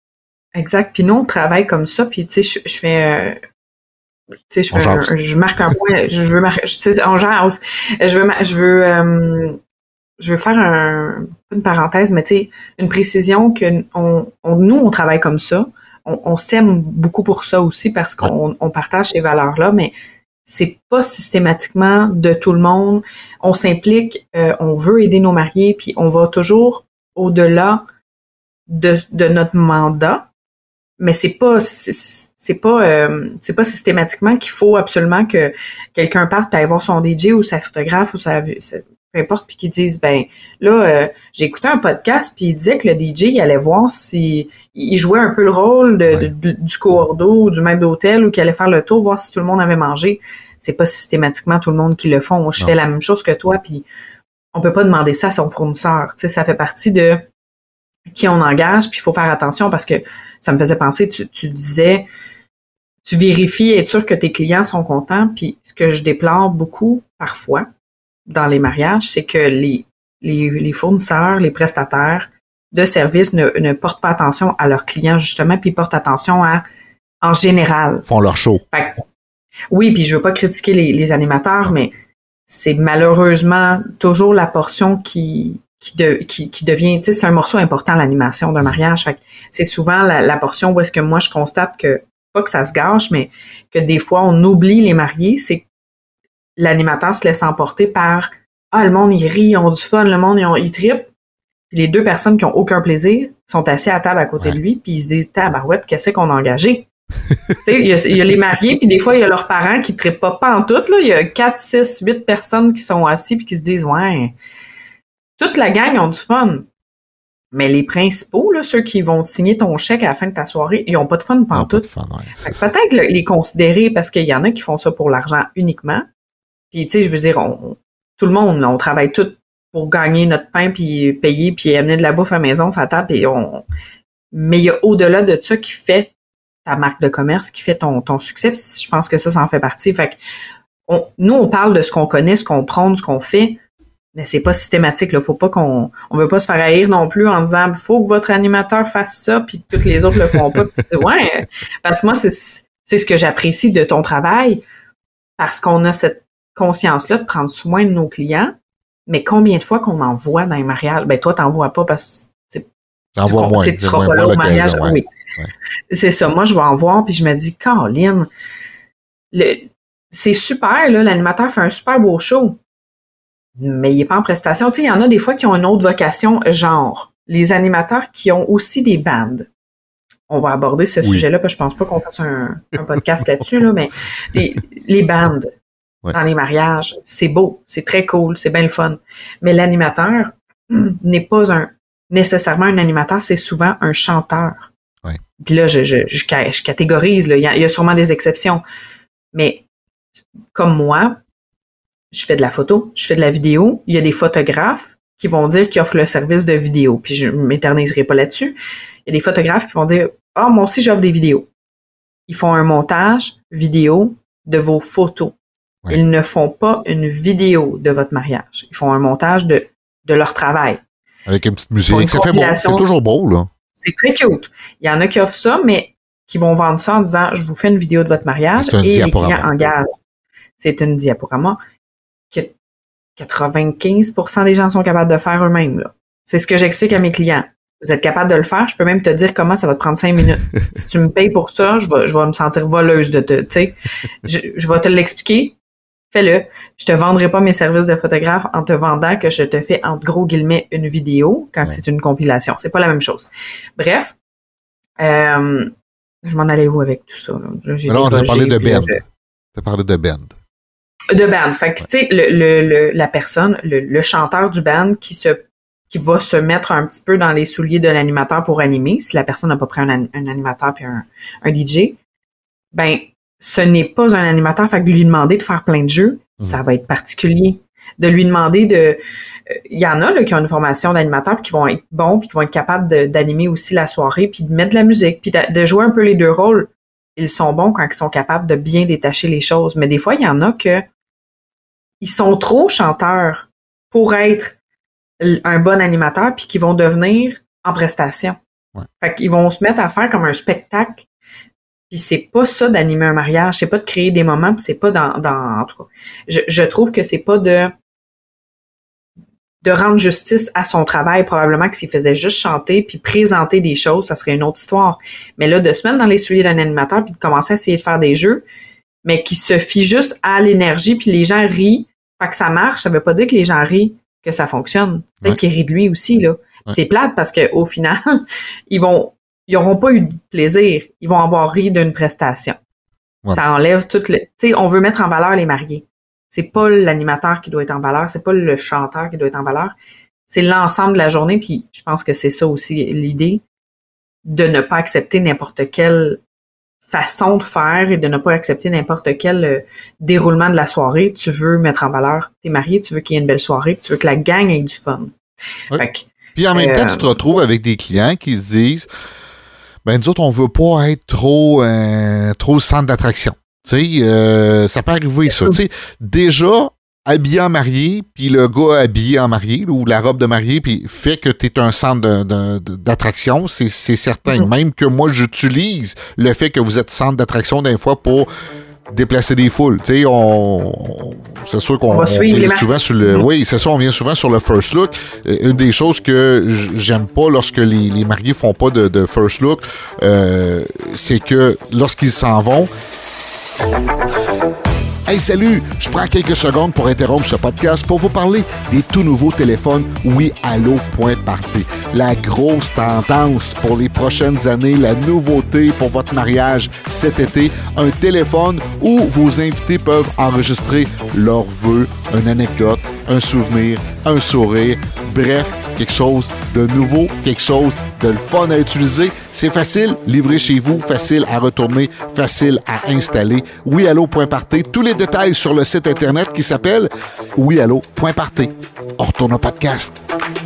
Exact. Puis nous, on travaille comme ça. Puis tu sais, je, je fais... Euh, tu sais, je, fais un, je marque un point. Je veux marquer... Tu sais, on jase. Je veux... Je veux, euh, je veux faire un, une parenthèse, mais tu sais, une précision que on, on, nous, on travaille comme ça. On, on s'aime beaucoup pour ça aussi parce qu'on on partage ces valeurs-là, mais c'est pas systématiquement de tout le monde. On s'implique, euh, on veut aider nos mariés, puis on va toujours au-delà de, de notre mandat, mais c'est pas c'est, c'est pas euh, c'est pas systématiquement qu'il faut absolument que quelqu'un parte et aille voir son D J ou sa photographe ou sa, sa peu importe, puis qu'ils disent, ben là, euh, j'ai écouté un podcast, puis il disait que le D J, il allait voir si il jouait un peu le rôle de, ouais. de, de, du cordeau ou du maître d'hôtel, ou qu'il allait faire le tour, voir si tout le monde avait mangé. C'est pas systématiquement tout le monde qui le font. Moi, je non. fais la même chose que toi, puis on peut pas demander ça à son fournisseur. Tu sais, ça fait partie de qui on engage, puis il faut faire attention parce que ça me faisait penser, tu, tu disais, tu vérifies, être sûr que tes clients sont contents, puis ce que je déplore beaucoup, parfois, dans les mariages, c'est que les, les, les fournisseurs, les prestataires de services ne, ne portent pas attention à leurs clients, justement, puis portent attention à, en général. Font leur show. Fait, oui, puis je veux pas critiquer les, les animateurs, mais c'est malheureusement toujours la portion qui, qui, de, qui, qui devient, tu sais, c'est un morceau important, l'animation d'un mariage. Fait que c'est souvent la, la portion où est-ce que moi, je constate que, pas que ça se gâche, mais que des fois, on oublie les mariés, c'est l'animateur se laisse emporter par « Ah, le monde, il rit, ils ont du fun, le monde, ils, ont, ils trippent. » Puis les deux personnes qui ont aucun plaisir sont assis à table à côté ouais. de lui, puis ils se disent « Tabarouette, qu'est-ce qu'on a engagé? » Il y, a, il y a les mariés, puis des fois, il y a leurs parents qui ne trippent pas, pas en tout. Là. Il y a quatre, six, huit personnes qui sont assis puis qui se disent « Ouais, toute la gang ont du fun. » Mais les principaux, là, ceux qui vont signer ton chèque à la fin de ta soirée, ils n'ont pas de fun pendant tout. Ouais, peut-être le, les considérer parce qu'il y en a qui font ça pour l'argent uniquement. Puis, tu sais, je veux dire, on, tout le monde, là, on travaille tous pour gagner notre pain, puis payer, puis amener de la bouffe à la maison, ça table, et on... Mais il y a au-delà de ça qui fait ta marque de commerce, qui fait ton, ton succès, puis je pense que ça, ça en fait partie. Fait que on, nous, on parle de ce qu'on connaît, ce qu'on prône, ce qu'on fait, mais c'est pas systématique, là. Faut pas qu'on, on veut pas se faire haïr non plus en disant, faut que votre animateur fasse ça, puis que tous les autres le font pas. Puis tu dis, ouais, parce que moi, c'est, c'est ce que j'apprécie de ton travail, parce qu'on a cette conscience-là de prendre soin de nos clients, mais combien de fois qu'on en voit dans les mariages? Ben, toi, t'en vois pas parce que, j'en vois moins. Tu seras pas là au mariage. Ouais. Oui. Ouais. C'est ça. Moi, je vais en voir, puis je me dis, Caroline, le, c'est super, là, l'animateur fait un super beau show, mais il n'est pas en prestation. Tu sais, il y en a des fois qui ont une autre vocation, genre les animateurs qui ont aussi des bandes. On va aborder ce oui. sujet-là, parce que je pense pas qu'on fasse un, un podcast là-dessus, là, mais les, les bandes ouais. dans les mariages, c'est beau, c'est très cool, c'est bien le fun. Mais l'animateur hum, n'est pas un nécessairement un animateur, c'est souvent un chanteur. Ouais. Puis là, je, je, je, je catégorise, là, il y a, il y a sûrement des exceptions. Mais comme moi, je fais de la photo, je fais de la vidéo. Il y a des photographes qui vont dire qu'ils offrent le service de vidéo. Puis je ne m'éterniserai pas là-dessus. Il y a des photographes qui vont dire « Ah, oh, moi aussi, j'offre des vidéos. » Ils font un montage vidéo de vos photos. Ouais. Ils ne font pas une vidéo de votre mariage. Ils font un montage de, de leur travail. Avec une petite musique. Ça fait beau. C'est toujours beau, là. C'est très cute. Il y en a qui offrent ça, mais qui vont vendre ça en disant « Je vous fais une vidéo de votre mariage » et les clients engagent. C'est une diaporama que quatre-vingt-quinze pour cent des gens sont capables de faire eux-mêmes. Là. C'est ce que j'explique à mes clients. Vous êtes capable de le faire, je peux même te dire comment ça va te prendre cinq minutes. Si tu me payes pour ça, je vais, je vais me sentir voleuse de te, tu sais, je, je vais te l'expliquer. Fais-le. Je te vendrai pas mes services de photographe en te vendant que je te fais, entre gros guillemets, une vidéo quand ouais. c'est une compilation. C'est pas la même chose. Bref, euh, je m'en allais où avec tout ça? Là? J'ai Alors, on a parlé de band. Tu as parlé de band. De band. Fait que, tu sais, le, le, le, la personne, le, le chanteur du band qui se qui va se mettre un petit peu dans les souliers de l'animateur pour animer, si la personne n'a pas pris un, un animateur puis un, un D J, ben, ce n'est pas un animateur. Fait que de lui demander de faire plein de jeux, mmh. ça va être particulier. De lui demander de... Il y en a là, qui ont une formation d'animateur puis qui vont être bons puis qui vont être capables de, d'animer aussi la soirée puis de mettre de la musique puis de, de jouer un peu les deux rôles. Ils sont bons quand ils sont capables de bien détacher les choses. Mais des fois, il y en a que ils sont trop chanteurs pour être un bon animateur puis qui vont devenir en prestation. Ouais. Fait qu'ils vont se mettre à faire comme un spectacle. Puis c'est pas ça d'animer un mariage, c'est pas de créer des moments, puis c'est pas dans, dans en tout cas, je, je trouve que c'est pas de de rendre justice à son travail. Probablement que s'il faisait juste chanter puis présenter des choses, ça serait une autre histoire. Mais là, de se mettre dans les souliers d'un animateur puis de commencer à essayer de faire des jeux, mais qui se fie juste à l'énergie puis les gens rient, fait que ça marche, ça veut pas dire que les gens rient que ça fonctionne. Peut-être ouais. qu'ils rient de lui aussi, là. Ouais. C'est plate parce que au final, ils vont ils n'auront pas eu de plaisir. Ils vont avoir ri d'une prestation. Ouais. Ça enlève tout le... Tu sais, on veut mettre en valeur les mariés. C'est pas l'animateur qui doit être en valeur, c'est pas le chanteur qui doit être en valeur. C'est l'ensemble de la journée, puis je pense que c'est ça aussi l'idée, de ne pas accepter n'importe quelle façon de faire et de ne pas accepter n'importe quel euh, déroulement de la soirée. Tu veux mettre en valeur tes mariés, tu veux qu'il y ait une belle soirée, tu veux que la gang ait du fun. Oui. Fait que, puis en même euh, temps, tu te retrouves avec des clients qui se disent ben nous autres, on veut pas être trop euh, trop centre d'attraction. Tu sais, euh, ça peut arriver ça. Tu sais, déjà habillé en marié, puis le gars habillé en marié, ou la robe de mariée, puis fait que tu es un centre de, de, de, d'attraction, c'est, c'est certain. Mm-hmm. Même que moi, j'utilise le fait que vous êtes centre d'attraction des fois pour déplacer des foules. Tu sais, on, on, c'est sûr qu'on on vient souvent sur le... Mm-hmm. Oui, c'est ça, on vient souvent sur le first look. Une des choses que j'aime pas lorsque les, les mariés font pas de, de first look, euh, c'est que lorsqu'ils s'en vont, Hey, salut! Je prends quelques secondes pour interrompre ce podcast pour vous parler des tout nouveaux téléphones Oui Allo Point Party. La grosse tendance pour les prochaines années, la nouveauté pour votre mariage cet été, un téléphone où vos invités peuvent enregistrer leurs vœux, une anecdote, un souvenir, un sourire, bref, quelque chose de nouveau, quelque chose de le fun à utiliser. C'est facile, livré chez vous, facile à retourner, facile à installer. Oui Allo Point Party. Tous les détails sur le site internet qui s'appelle Oui Allo Point Party. On retourne au podcast.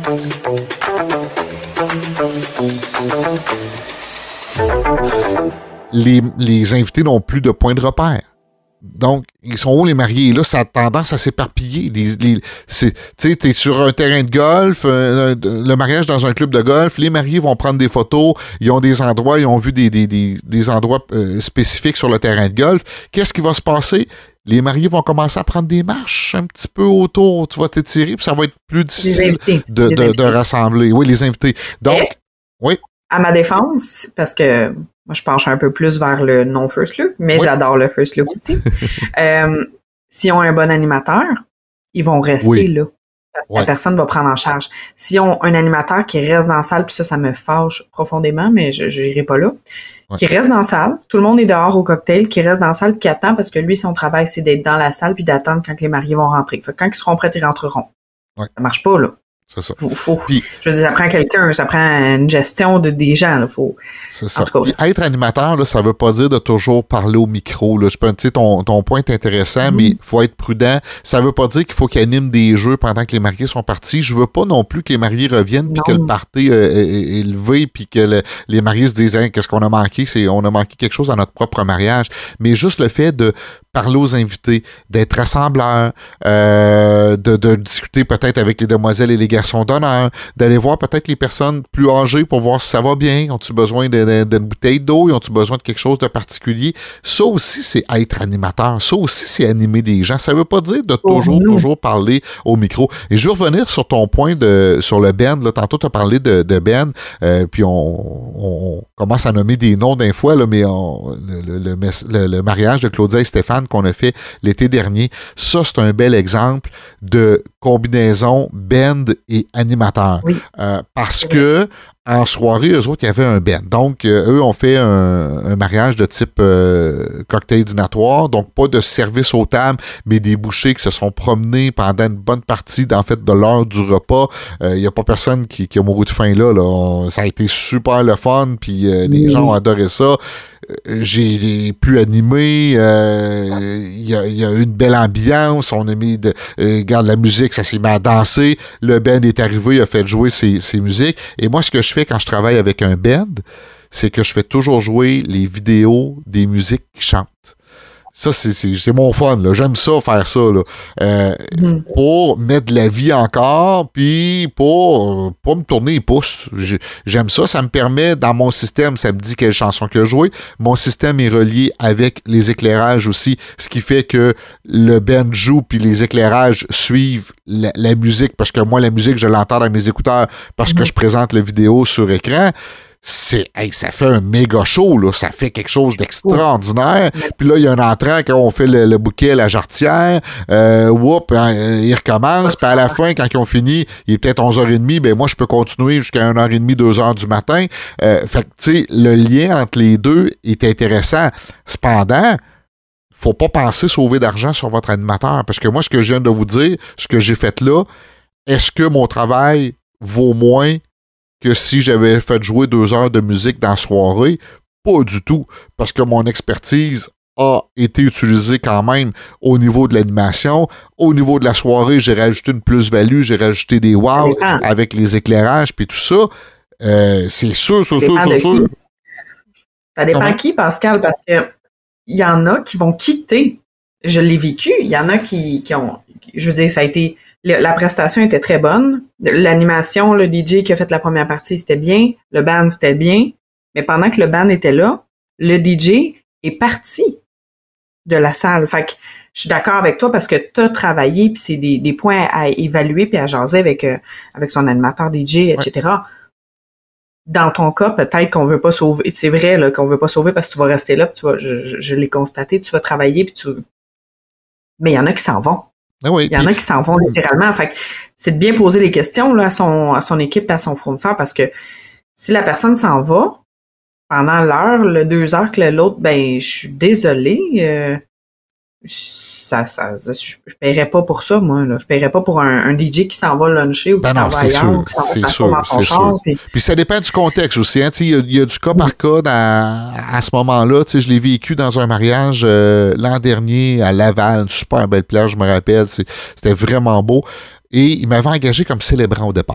Les, les invités n'ont plus de point de repère. Donc, ils sont où les mariés? Là, ça a tendance à s'éparpiller. Les, les, tu sais, t'es sur un terrain de golf, euh, le mariage dans un club de golf, les mariés vont prendre des photos, ils ont des endroits, ils ont vu des, des, des, des endroits euh, spécifiques sur le terrain de golf. Qu'est-ce qui va se passer? Les mariés vont commencer à prendre des marches un petit peu autour, tu vas t'étirer, puis ça va être plus difficile de, de, de rassembler. Oui, les invités. Donc, Et, oui. À ma défense, parce que moi, je penche un peu plus vers le non-first look, mais oui. J'adore le first look aussi. euh, S'ils ont un bon animateur, ils vont rester oui. là. Parce que ouais. La personne va prendre en charge. S'ils ont un animateur qui reste dans la salle, puis ça, ça me fâche profondément, mais je n'irai pas là, ouais. Qui reste dans la salle, tout le monde est dehors au cocktail, qui reste dans la salle, puis qui attend, parce que lui, son travail, c'est d'être dans la salle, puis d'attendre quand les mariés vont rentrer. Fait que quand ils seront prêts, ils rentreront. Ouais. Ça marche pas, là. C'est ça. Faut, faut, puis, je veux dire, ça prend quelqu'un, ça prend une gestion de, des gens. Là, faut, c'est ça. En tout cas, être animateur, là, ça ne veut pas dire de toujours parler au micro. Là. Je peux, ton, ton point est intéressant, mm-hmm. mais il faut être prudent. Ça ne veut pas dire qu'il faut qu'il anime des jeux pendant que les mariés sont partis. Je ne veux pas non plus que les mariés reviennent puis que le party euh, est élevé puis que le, les mariés se disent hein, qu'est-ce qu'on a manqué? C'est, on a manqué quelque chose dans notre propre mariage. Mais juste le fait de parler aux invités, d'être rassembleur, euh, de, de discuter peut-être avec les demoiselles et les garçons d'honneur, d'aller voir peut-être les personnes plus âgées pour voir si ça va bien, ont-ils besoin de, de, d'une bouteille d'eau, ont-ils besoin de quelque chose de particulier. Ça aussi, c'est être animateur. Ça aussi, c'est animer des gens. Ça ne veut pas dire de toujours, oh, toujours parler au micro. Et je veux revenir sur ton point de sur le band. Là, tantôt, tu as parlé de, de band, euh, puis on, on commence à nommer des noms d'un fois, là, mais on, le, le, le, le mariage de Claudia et Stéphane qu'on a fait l'été dernier, ça, c'est un bel exemple de combinaison band et animateur. Oui. Euh, parce que en soirée, eux autres, il y avait un band. Donc, euh, eux ont fait un, un mariage de type euh, cocktail dînatoire. Donc, pas de service aux tables, mais des bouchers qui se sont promenés pendant une bonne partie, en fait, de l'heure du repas. Il euh, n'y a pas personne qui, qui a mouru de faim là. là. On, ça a été super le fun, puis euh, les mmh. gens ont adoré ça. J'ai pu animer, il euh, y, a, y a une belle ambiance, on a mis de, euh, regarde la musique, ça s'est mis à danser, le band est arrivé, il a fait jouer ses, ses musiques, et moi ce que je fais quand je travaille avec un band, c'est que je fais toujours jouer les vidéos des musiques qui chantent. Ça, c'est, c'est, c'est mon fun, là. J'aime ça, faire ça, là. Euh, mm. Pour mettre de la vie encore, puis pour pas me tourner les pouces. J'aime ça. Ça me permet, dans mon système, ça me dit quelle chanson que jouer. Mon système est relié avec les éclairages aussi, ce qui fait que le band joue, puis les éclairages suivent la, la musique, parce que moi, la musique, je l'entends dans mes écouteurs, parce mm. que je présente la vidéo sur écran. C'est, hey, ça fait un méga show, là. Ça fait quelque chose d'extraordinaire. Puis là, il y a un entrant quand on fait le, le bouquet, la jarretière. Euh, whoop, hein, il recommence. Puis à la fin, quand ils ont fini, il est peut-être onze heures trente. Ben moi, je peux continuer jusqu'à une heure trente, deux heures du matin. Euh, fait que, tu sais, le lien entre les deux est intéressant. Cependant, faut pas penser sauver d'argent sur votre animateur. Parce que moi, ce que je viens de vous dire, ce que j'ai fait là, est-ce que mon travail vaut moins que si j'avais fait jouer deux heures de musique dans la soirée? Pas du tout, parce que mon expertise a été utilisée quand même au niveau de l'animation. Au niveau de la soirée, j'ai rajouté une plus-value, j'ai rajouté des wow avec les éclairages puis tout ça. Euh, c'est sûr, c'est sûr, c'est sûr. Ça dépend Comment? Qui, Pascal, parce que il y en a qui vont quitter. Je l'ai vécu. Il y en a qui, qui ont... Je veux dire, ça a été... La prestation était très bonne. L'animation, le D J qui a fait la première partie, c'était bien. Le band, c'était bien. Mais pendant que le band était là, le D J est parti de la salle. Fait que je suis d'accord avec toi parce que tu as travaillé, puis c'est des, des points à évaluer puis à jaser avec, euh, avec son animateur D J, et cetera. Ouais. Dans ton cas, peut-être qu'on veut pas sauver. C'est vrai là, qu'on veut pas sauver parce que tu vas rester là, puis tu vas, je, je, je l'ai constaté, tu vas travailler, puis tu mais il y en a qui s'en vont. Ah oui, il y en puis... a qui s'en vont littéralement. Fait que c'est de bien poser les questions là, à, son, à son équipe et à son fournisseur parce que si la personne s'en va pendant l'heure, le deux heures que l'autre, ben, je suis désolée, euh, ça, ça, je, je paierais pas pour ça, moi. Là. Je paierais pas pour un, un D J qui s'en va luncher ou qui ben s'en non, va ailleurs sûr, ou qui s'en va sûr, dans son char. Puis... puis ça dépend du contexte aussi. Hein? Il, y a, il y a du cas par cas dans, à ce moment-là. Je l'ai vécu dans un mariage euh, l'an dernier à Laval, une super belle plage, je me rappelle. C'était vraiment beau. Et il m'avait engagé comme célébrant au départ.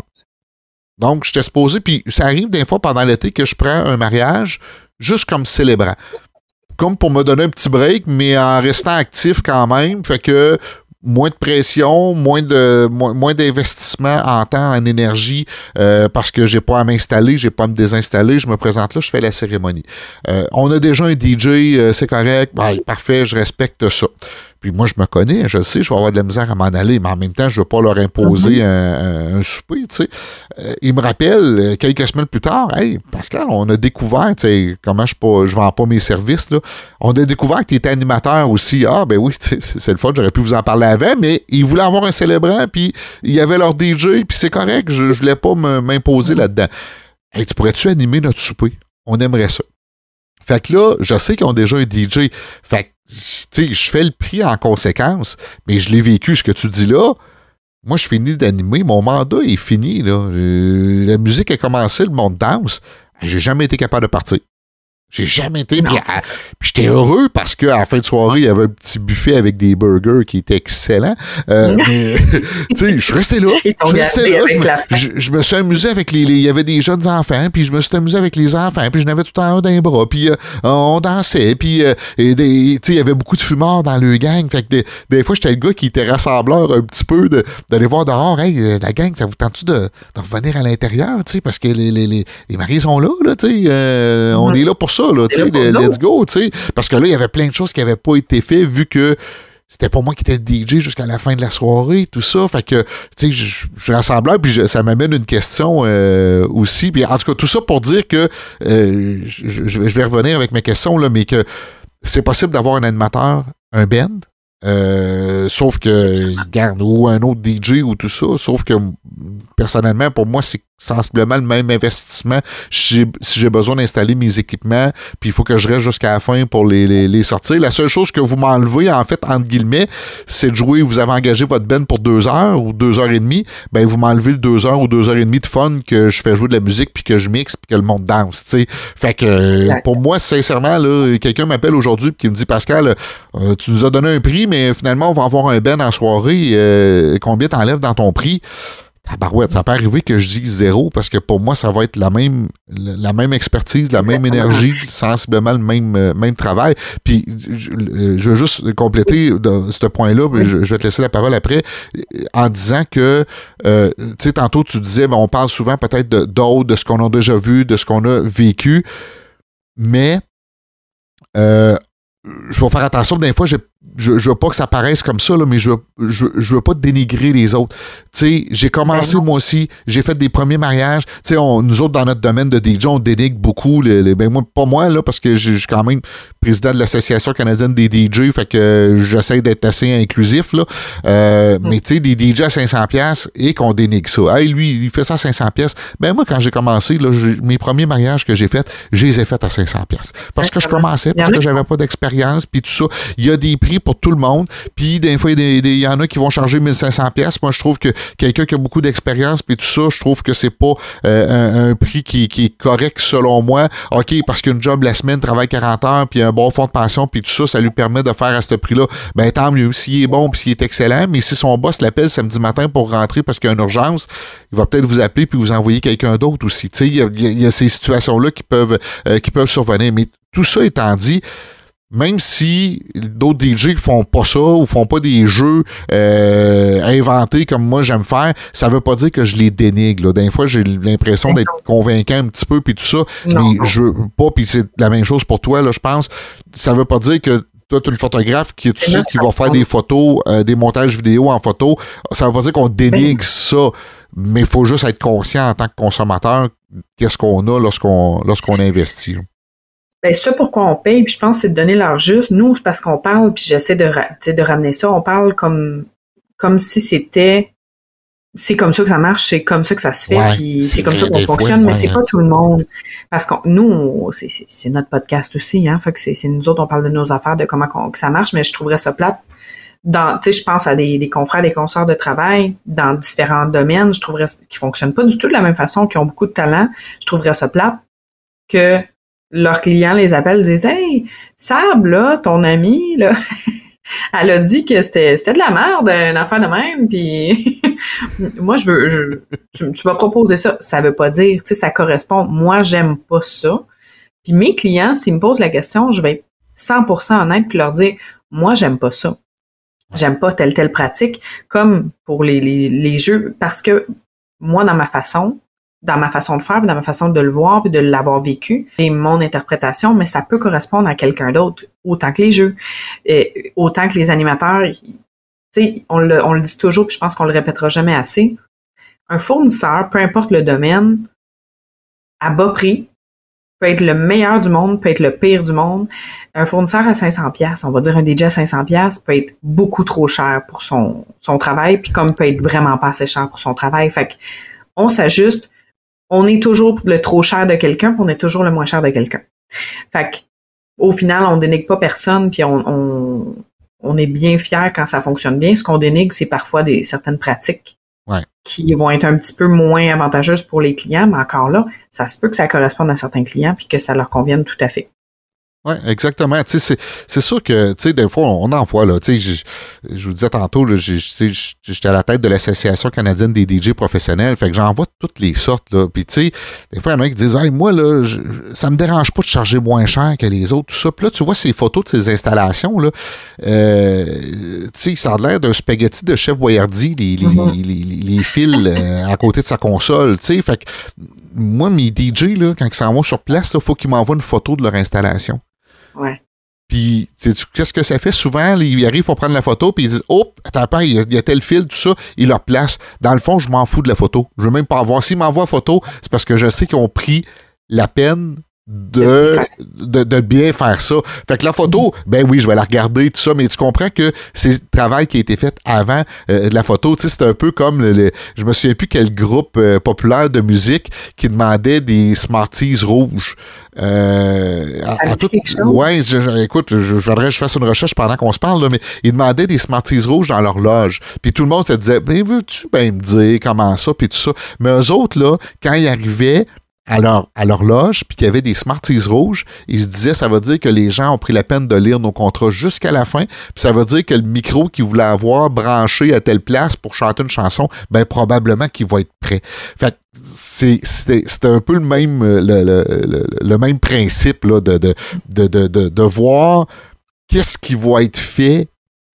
Donc, j'étais supposé, puis ça arrive des fois pendant l'été que je prends un mariage juste comme célébrant. Comme pour me donner un petit break, mais en restant actif quand même. Fait que moins de pression, moins de moins, moins d'investissement en temps, en énergie, euh, parce que j'ai pas à m'installer, j'ai pas à me désinstaller. Je me présente là, je fais la cérémonie. Euh, on a déjà un D J, euh, c'est correct. Ben, parfait, je respecte ça. Puis moi, je me connais, je sais, je vais avoir de la misère à m'en aller, mais en même temps, je ne veux pas leur imposer mm-hmm. un, un, un souper, tu sais. Euh, il me rappelle, quelques semaines plus tard, « Hey, Pascal, on a découvert, tu sais, comment je ne vends pas mes services, là. On a découvert que tu étais animateur aussi. Ah, ben oui, c'est, c'est le fun, j'aurais pu vous en parler avant, mais ils voulaient avoir un célébrant, puis il y avait leur D J, puis c'est correct, je ne voulais pas me, m'imposer mm-hmm. là-dedans. Hey, tu pourrais-tu animer notre souper? On aimerait ça. » Fait que là, je sais qu'ils ont déjà un D J. Fait que, tu sais, je fais le prix en conséquence, mais je l'ai vécu, ce que tu dis là. Moi, je finis d'animer. Mon mandat est fini, là. La musique a commencé, le monde danse. J'ai jamais été capable de partir. J'ai jamais été. Puis, à, puis j'étais heureux parce qu'à la fin de soirée, il y avait un petit buffet avec des burgers qui était excellent. Euh, mais, tu sais, je suis resté là. Je suis resté là. Je me, je, je me suis amusé avec les, les. Il y avait des jeunes enfants, puis je me suis amusé avec les enfants, puis je n'avais tout en haut d'un bras, puis euh, on dansait, puis euh, et des, tu sais, il y avait beaucoup de fumeurs dans le gang. Fait que des, des fois, j'étais le gars qui était rassembleur un petit peu de, d'aller voir dehors. Hey, la gang, ça vous tente-tu de, de revenir à l'intérieur, tu sais, parce que les, les, les, les mariés sont là, là, tu sais. Euh, mm-hmm. On est là pour ça. Là, le, let's go, tu sais. Parce que là, il y avait plein de choses qui n'avaient pas été faites vu que c'était pas moi qui étais le D J jusqu'à la fin de la soirée, tout ça. Fait que, tu sais, je, je suis rassembleur, puis je, ça m'amène une question euh, aussi. Puis en tout cas, tout ça pour dire que euh, je, je vais revenir avec mes questions, là, mais que c'est possible d'avoir un animateur, un band. Euh, sauf que, regarde, ou un autre D J ou tout ça, sauf que personnellement, pour moi, c'est sensiblement le même investissement. Si j'ai, si j'ai besoin d'installer mes équipements, puis il faut que je reste jusqu'à la fin pour les, les, les sortir. La seule chose que vous m'enlevez, en fait, entre guillemets, c'est de jouer, vous avez engagé votre band pour deux heures ou deux heures et demie, ben vous m'enlevez le deux heures ou deux heures et demie de fun que je fais jouer de la musique, puis que je mixe, puis que le monde danse, tu sais. Fait que, pour moi, sincèrement, là, quelqu'un m'appelle aujourd'hui, puis qui me dit, Pascal, euh, tu nous as donné un prix, mais finalement, on va avoir un band en soirée, euh, combien t'enlèves dans ton prix? Tabarouette, ça peut arriver que je dise zéro parce que pour moi, ça va être la même, la même expertise, la même énergie, sensiblement le même, même travail. Puis, je, je veux juste compléter de ce point-là, oui. je, je vais te laisser la parole après, en disant que, euh, tu sais, tantôt, tu disais, ben, on parle souvent peut-être de, d'autres, de ce qu'on a déjà vu, de ce qu'on a vécu, mais euh, je vais faire attention, des fois, j'ai Je, je veux pas que ça paraisse comme ça, là, mais je, je, je veux pas dénigrer les autres. Tu sais, j'ai commencé ben moi aussi, j'ai fait des premiers mariages. Tu sais, nous autres, dans notre domaine de D J, on dénigre beaucoup. Les, les, ben moi, pas moi, là, parce que je suis quand même président de l'Association canadienne des D J, fait que j'essaie d'être assez inclusif, là. Euh, mm. Mais tu sais, des D J à cinq cents dollars et qu'on dénigre ça. Hey, lui, il fait ça à cinq cents dollars. Ben moi, quand j'ai commencé, là, mes premiers mariages que j'ai faits, je les ai faits à cinq cents dollars. Parce que je commençais, parce que j'avais pas d'expérience, puis tout ça. Il y a des prix pour tout le monde. Puis, des fois, il y, y en a qui vont charger mille cinq cents dollars. Moi, je trouve que quelqu'un qui a beaucoup d'expérience, puis tout ça, je trouve que c'est pas euh, un, un prix qui, qui est correct selon moi. OK, parce qu'une job la semaine, travaille quarante heures, puis un bon fonds de pension, puis tout ça, ça lui permet de faire à ce prix-là. Ben, tant mieux. S'il est bon, puis s'il est excellent, mais si son boss l'appelle samedi matin pour rentrer parce qu'il y a une urgence, il va peut-être vous appeler puis vous envoyer quelqu'un d'autre aussi. Tu sais, il y a, il y a ces situations-là qui peuvent, euh, qui peuvent survenir. Mais tout ça étant dit, même si d'autres D J ne font pas ça ou font pas des jeux euh, inventés comme moi j'aime faire, ça veut pas dire que je les dénigre. Là. Des fois, j'ai l'impression d'être convaincant un petit peu puis tout ça, non. mais je veux pas, puis c'est la même chose pour toi, là, je pense. Ça veut pas dire que toi, tu es une photographe qui, tu sais, qui va faire des photos, euh, des montages vidéo en photo. Ça veut pas dire qu'on dénigre ça, mais il faut juste être conscient en tant que consommateur qu'est-ce qu'on a lorsqu'on, lorsqu'on investit. Là. Ben, ça, pourquoi on paye, puis je pense que c'est de donner leur juste. Nous, c'est parce qu'on parle, puis j'essaie de, ra- tu sais, de ramener ça. On parle comme, comme si c'était, c'est comme ça que ça marche, c'est comme ça que ça se fait, Ouais, puis c'est c'est comme vrai, ça qu'on des fois, fonctionne, mais ouais, c'est hein. pas tout le monde. Parce que nous, on- c'est, c'est, c'est notre podcast aussi, hein. Fait que c'est, c'est nous autres, on parle de nos affaires, de comment qu'on- que ça marche, mais je trouverais ça plate. Dans, tu sais, je pense à des, des confrères, des consoeurs de travail dans différents domaines, je trouverais ça- qui fonctionnent pas du tout de la même façon, qui ont beaucoup de talent. Je trouverais ça plate que leurs clients les appellent, disent Hey, Sab, là, ton ami, là, elle a dit que c'était, c'était de la merde, une affaire de même, puis moi, je veux, je, tu, tu m'as proposé ça. Ça veut pas dire, tu sais, ça correspond. Moi, j'aime pas ça. Puis mes clients, s'ils me posent la question, je vais être cent pour cent honnête puis leur dire, moi, j'aime pas ça. J'aime pas telle, telle pratique, comme pour les, les, les jeux, parce que moi, dans ma façon, dans ma façon de faire, puis dans ma façon de le voir, puis de l'avoir vécu, j'ai mon interprétation, mais ça peut correspondre à quelqu'un d'autre, autant que les jeux, et autant que les animateurs. Tu sais, on le, on le dit toujours, puis je pense qu'on le répétera jamais assez. Un fournisseur, peu importe le domaine, à bas prix, peut être le meilleur du monde, peut être le pire du monde. Un fournisseur à cinq cents pièces, on va dire un D J à cinq cents pièces peut être beaucoup trop cher pour son, son travail, puis comme peut être vraiment pas assez cher pour son travail. Fait que on s'ajuste, on est toujours le trop cher de quelqu'un, puis on est toujours le moins cher de quelqu'un. Fait que au final, on dénigre pas personne, puis on, on, on est bien fiers quand ça fonctionne bien. Ce qu'on dénigre, c'est parfois des certaines pratiques Ouais. qui vont être un petit peu moins avantageuses pour les clients, mais encore là, ça se peut que ça corresponde à certains clients puis que ça leur convienne tout à fait. Oui, exactement. Tu sais, c'est, c'est sûr que, tu sais, des fois, on en voit, là. Tu sais, je, je vous disais tantôt, là, j'ai- tu sais, j'étais à la tête de l'Association canadienne des D J professionnels. Fait que j'en vois de toutes les sortes, là. Puis, tu sais, des fois, il y en a qui disent, hey, moi, là, je, je- ça me dérange pas de charger moins cher que les autres, tout ça. Puis là, tu vois ces photos de ces installations, là. Euh, tu sais, ça a l'air d'un spaghetti de chef Boyardee, les, les, Mhm. les, les, les fils euh, à côté de sa console, tu sais. Fait que, moi, mes D J, là, quand ils s'en vont sur place, il faut qu'ils m'envoient une photo de leur installation. Ouais. Puis, sais-tu, qu'est-ce que ça fait souvent? Là, ils arrivent pour prendre la photo, puis ils disent, oh, attends pas, il y, a, il y a tel fil, tout ça, ils leur placent. Dans le fond, je m'en fous de la photo. Je veux même pas en voir. S'ils m'envoient la photo, c'est parce que je sais qu'ils ont pris la peine de, de, de bien faire ça. Fait que la photo, ben oui, je vais la regarder, tout ça, mais tu comprends que c'est le travail qui a été fait avant euh, de la photo. Tu sais, c'est un peu comme le, le- je me souviens plus quel groupe euh, populaire de musique qui demandait des Smarties rouges. Euh, Ça à- me à dit tout- quelque chose. ouais, je- je- écoute, je, je voudrais que je fasse une recherche pendant qu'on se parle, là, mais ils demandaient des Smarties rouges dans leur loge. Puis tout le monde se disait, ben veux-tu bien me dire comment ça, puis tout ça. Mais eux autres, là, quand ils arrivaient à leur, à leur loge, puis qu'il y avait des Smarties rouges, ils se disaient, ça veut dire que les gens ont pris la peine de lire nos contrats jusqu'à la fin, puis ça veut dire que le micro qu'ils voulaient avoir branché à telle place pour chanter une chanson, ben probablement qu'il va être prêt. Fait que c'est, c'était, c'était un peu le même, le, le, le, le même principe là, de, de, de, de, de, de voir qu'est-ce qui va être fait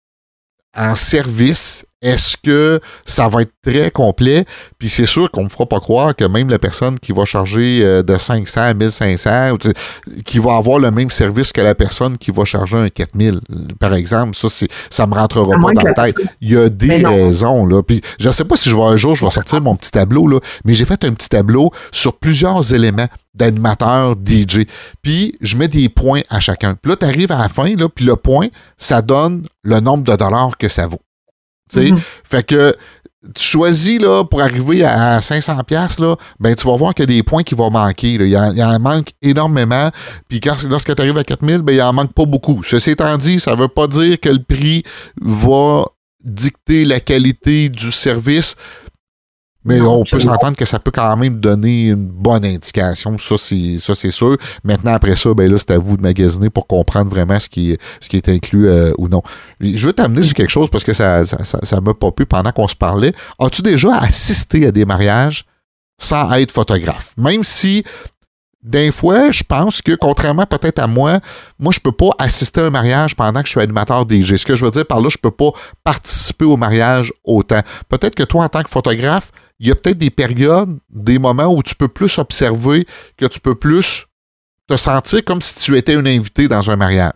en service. Est-ce que ça va être très complet? Puis c'est sûr qu'on ne me fera pas croire que même la personne qui va charger euh, de cinq cents à mille cinq cents, ou, tu sais, qui va avoir le même service que la personne qui va charger un quatre mille, par exemple, ça, c'est, ça me rentrera À pas moins dans que la la tête. personne- Il y a des Mais non. raisons, là. Puis je ne sais pas si je vais un jour, je vais sortir mon petit tableau, là, mais j'ai fait un petit tableau sur plusieurs éléments d'animateur D J. Puis je mets des points à chacun. Puis là, tu arrives à la fin, là, puis le point, ça donne le nombre de dollars que ça vaut. Tu sais, Mhm. fait que tu choisis là, pour arriver à cinq cents pièces là, ben tu vas voir qu'il y a des points qui vont manquer. Là. Il, y en, il y en manque énormément. Puis quand, lorsque tu arrives à quatre mille, ben il en manque pas beaucoup. Ceci étant dit, ça veut pas dire que le prix va dicter la qualité du service. Mais Non, on peut absolument. s'entendre que ça peut quand même donner une bonne indication. Ça, c'est, ça, c'est sûr. Maintenant, après ça, ben là, c'est à vous de magasiner pour comprendre vraiment ce qui est, ce qui est inclus euh, ou non. Je veux t'amener sur quelque chose parce que ça, ça, ça, ça m'a pas plu pendant qu'on se parlait. As-tu déjà assisté à des mariages sans être photographe? Même si, d'un fois, je pense que, contrairement peut-être à moi, moi, je peux pas assister à un mariage pendant que je suis animateur D J. Ce que je veux dire par là, je peux pas participer au mariage autant. Peut-être que toi, en tant que photographe, il y a peut-être des périodes, des moments où tu peux plus observer, que tu peux plus te sentir comme si tu étais un invité dans un mariage.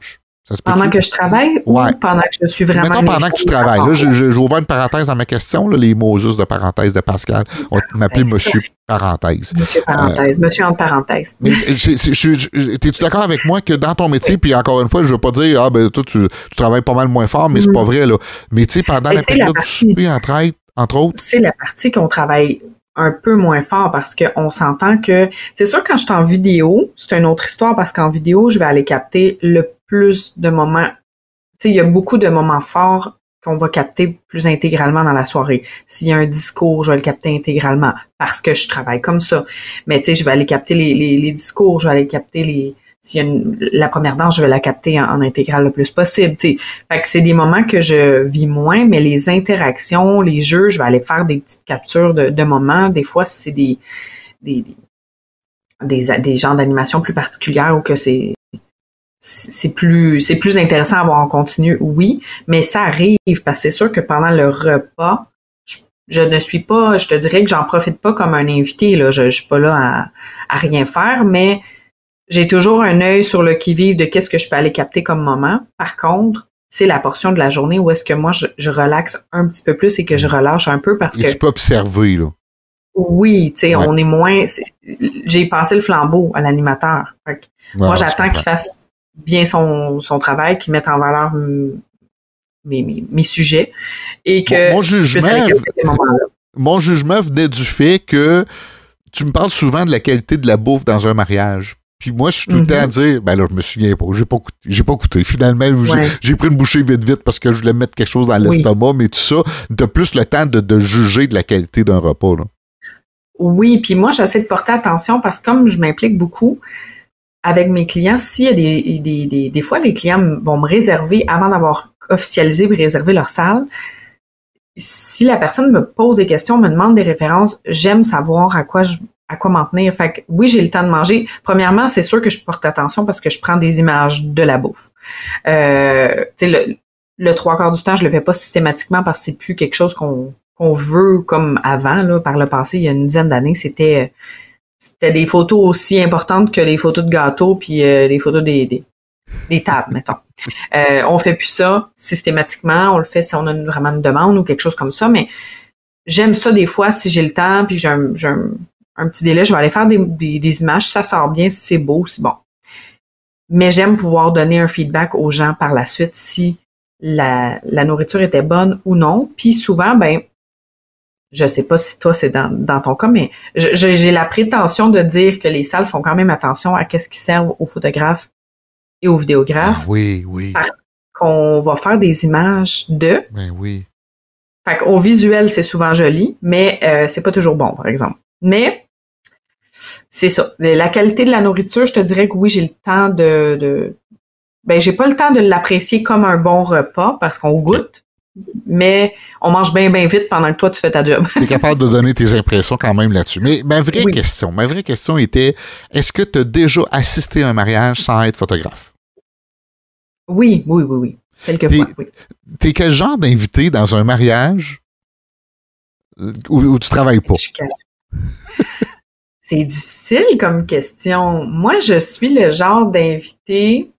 Pendant que je travaille ouais. ou pendant que je suis vraiment... Mettons pendant que tu travailles. Là, j'ai ouvert une parenthèse dans ma question, là, les mots juste de parenthèse de Pascal. On va m'appeler Monsieur Parenthèse. Monsieur Parenthèse, euh, Monsieur entre parenthèses. Mais t'es-tu d'accord avec moi que dans ton métier, puis encore une fois, je veux pas dire, ah ben toi, tu, tu travailles pas mal moins fort, mais mm. c'est pas vrai, là. Mais tu sais, pendant mais la période du souper, entre, entre autres... C'est la partie qu'on travaille un peu moins fort parce qu'on s'entend que... C'est sûr, quand je suis en vidéo, c'est une autre histoire parce qu'en vidéo, je vais aller capter le plus de moments... Tu sais, il y a beaucoup de moments forts qu'on va capter plus intégralement dans la soirée. S'il y a un discours, je vais le capter intégralement parce que je travaille comme ça. Mais tu sais, je vais aller capter les, les, les discours, je vais aller capter les... S'il y a une, la première danse, je vais la capter en, en intégrale le plus possible. Tu sais. Fait que c'est des moments que je vis moins, mais les interactions, les jeux, je vais aller faire des petites captures de, de moments. Des fois, c'est des des, des, des, des genres d'animation plus particulières ou que c'est c'est plus c'est plus intéressant à voir en continu, oui, mais ça arrive parce que c'est sûr que pendant le repas, je, je ne suis pas, je te dirais que j'en profite pas comme un invité, là. Je, je suis pas là à, à rien faire, mais j'ai toujours un œil sur le qui-vive de qu'est-ce que je peux aller capter comme moment. Par contre, c'est la portion de la journée où est-ce que moi, je, je relaxe un petit peu plus et que je relâche un peu parce et que... tu peux observer, là. Oui, tu sais, ouais. on est moins... C'est, j'ai passé le flambeau à l'animateur. Fait que ouais, moi, j'attends qu'il fasse bien son, son travail, qu'il mette en valeur mes, mes, mes sujets et que... Bon, mon jugement, mon jugement venait du fait que tu me parles souvent de la qualité de la bouffe dans un mariage. Puis moi, je suis tout le mm-hmm. temps à dire, ben là, je me souviens pas, j'ai pas goûté. J'ai pas goûté. Finalement, ouais. j'ai, j'ai pris une bouchée vite, vite parce que je voulais mettre quelque chose dans oui. l'estomac, mais tout ça, t'as plus le temps de, de juger de la qualité d'un repas, là. Oui, puis moi, j'essaie de porter attention parce que comme je m'implique beaucoup avec mes clients, s'il y a des, des, des, des fois, les clients vont me réserver, avant d'avoir officialisé et réservé leur salle, si la personne me pose des questions, me demande des références, j'aime savoir à quoi je à quoi m'en tenir. Fait que oui, j'ai le temps de manger. Premièrement, c'est sûr que je porte attention parce que je prends des images de la bouffe. Euh, tu sais, le, le trois quarts du temps, je le fais pas systématiquement parce que c'est plus quelque chose qu'on qu'on veut comme avant, là, par le passé, il y a une dizaine d'années, c'était c'était des photos aussi importantes que les photos de gâteaux puis euh, les photos des, des, des tables, mettons. Euh, on fait plus ça systématiquement, on le fait si on a une, vraiment une demande ou quelque chose comme ça, mais j'aime ça des fois si j'ai le temps puis j'ai un, j'ai un un petit délai, je vais aller faire des, des, des images, ça sort bien, si c'est beau, c'est bon. Mais j'aime pouvoir donner un feedback aux gens par la suite si la, la nourriture était bonne ou non. Puis souvent, ben, je sais pas si toi c'est dans, dans ton cas, mais je, je, j'ai la prétention de dire que les salles font quand même attention à qu'est-ce qui sert aux photographes et aux vidéographes. Ah, oui, oui. Parce qu'on va faire des images de. Ben oui. Fait qu'au visuel, c'est souvent joli, mais euh, c'est pas toujours bon, par exemple. Mais c'est ça. La qualité de la nourriture, je te dirais que oui, j'ai le temps de, de ben j'ai pas le temps de l'apprécier comme un bon repas parce qu'on goûte, mais on mange bien bien vite pendant que toi tu fais ta job. Tu es capable de donner tes impressions quand même là-dessus. Mais ma vraie oui. question, ma vraie question était, est-ce que tu as déjà assisté à un mariage sans être photographe? Oui, oui, oui, oui. Quelquefois, oui. T'es quel genre d'invité dans un mariage où, où tu travailles pas? C'est difficile comme question. Moi, je suis le genre d'invité...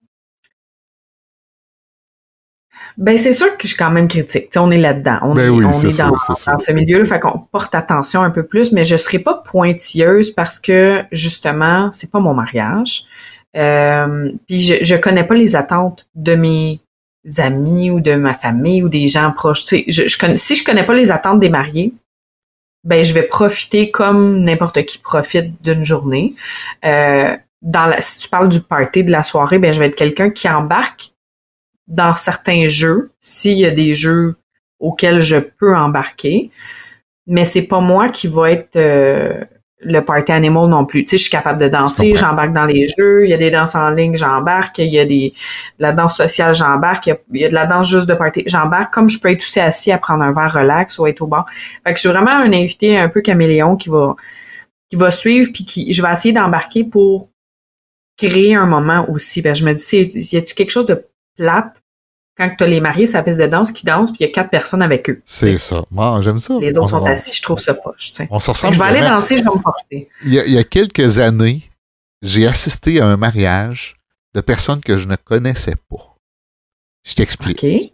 Ben, c'est sûr que je suis quand même critique. T'sais, on est là-dedans. On ben est, oui, on c'est est sûr, dans, c'est dans ce milieu-là. Fait qu'on porte attention un peu plus, mais je serai pas pointilleuse parce que, justement, c'est pas mon mariage. Euh, puis je, je connais pas les attentes de mes amis ou de ma famille ou des gens proches. Tu sais, je, je connais, si je connais pas les attentes des mariés, ben je vais profiter comme n'importe qui profite d'une journée. Euh, dans la, si tu parles du party de la soirée, ben je vais être quelqu'un qui embarque dans certains jeux, s'il y a des jeux auxquels je peux embarquer, mais c'est pas moi qui va être euh, le party animal non plus. Tu sais, je suis capable de danser, j'embarque dans les jeux, il y a des danses en ligne, j'embarque, il y a des de la danse sociale, j'embarque, il y a, il y a de la danse juste de party, j'embarque, comme je peux être aussi assis à prendre un verre relax ou être au bar. Fait que je suis vraiment un invité un peu caméléon qui va qui va suivre puis qui je vais essayer d'embarquer pour créer un moment aussi. Ben je me dis, c'est, y a-tu quelque chose de plate quand tu as les mariés, c'est la piste de danse qui dansent, puis il y a quatre personnes avec eux. C'est ça. Moi, j'aime ça. Les autres on, sont assis, je trouve ça poche. On se ressemble. Je vais aller danser, je vais me forcer. Il y a, il y a quelques années, j'ai assisté à un mariage de personnes que je ne connaissais pas. Je t'explique. OK.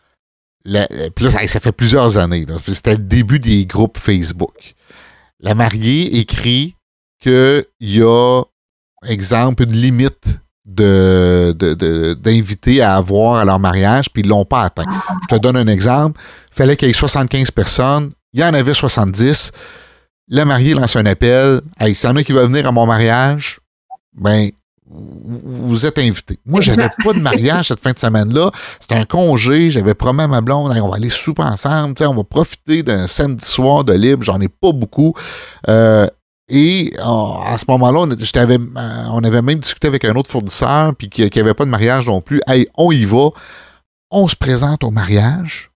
La, puis là, ça, ça fait plusieurs années. Là. C'était le début des groupes Facebook. La mariée écrit qu'il y a, exemple, une limite de, de, de, d'invités à avoir à leur mariage, puis ils ne l'ont pas atteint. Je te donne un exemple. Il fallait qu'il y ait soixante-quinze personnes. Il y en avait soixante-dix. La mariée lance un appel. Hey, s'il y en a qui veulent venir à mon mariage, ben, vous êtes invités. Moi, je n'avais pas de mariage cette fin de semaine-là. C'était un congé. J'avais promis à ma blonde, hey, on va aller souper ensemble. On va profiter d'un samedi soir de libre. J'en ai pas beaucoup. Euh, Et oh, à ce moment-là, on, je t'avais, on avait même discuté avec un autre fournisseur puis qui n'avait pas de mariage non plus. Hey, on y va. On se présente au mariage.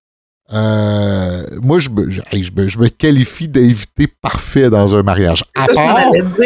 Euh, moi, je me, je, je, me, je me qualifie d'invité parfait dans un mariage. À ça, part,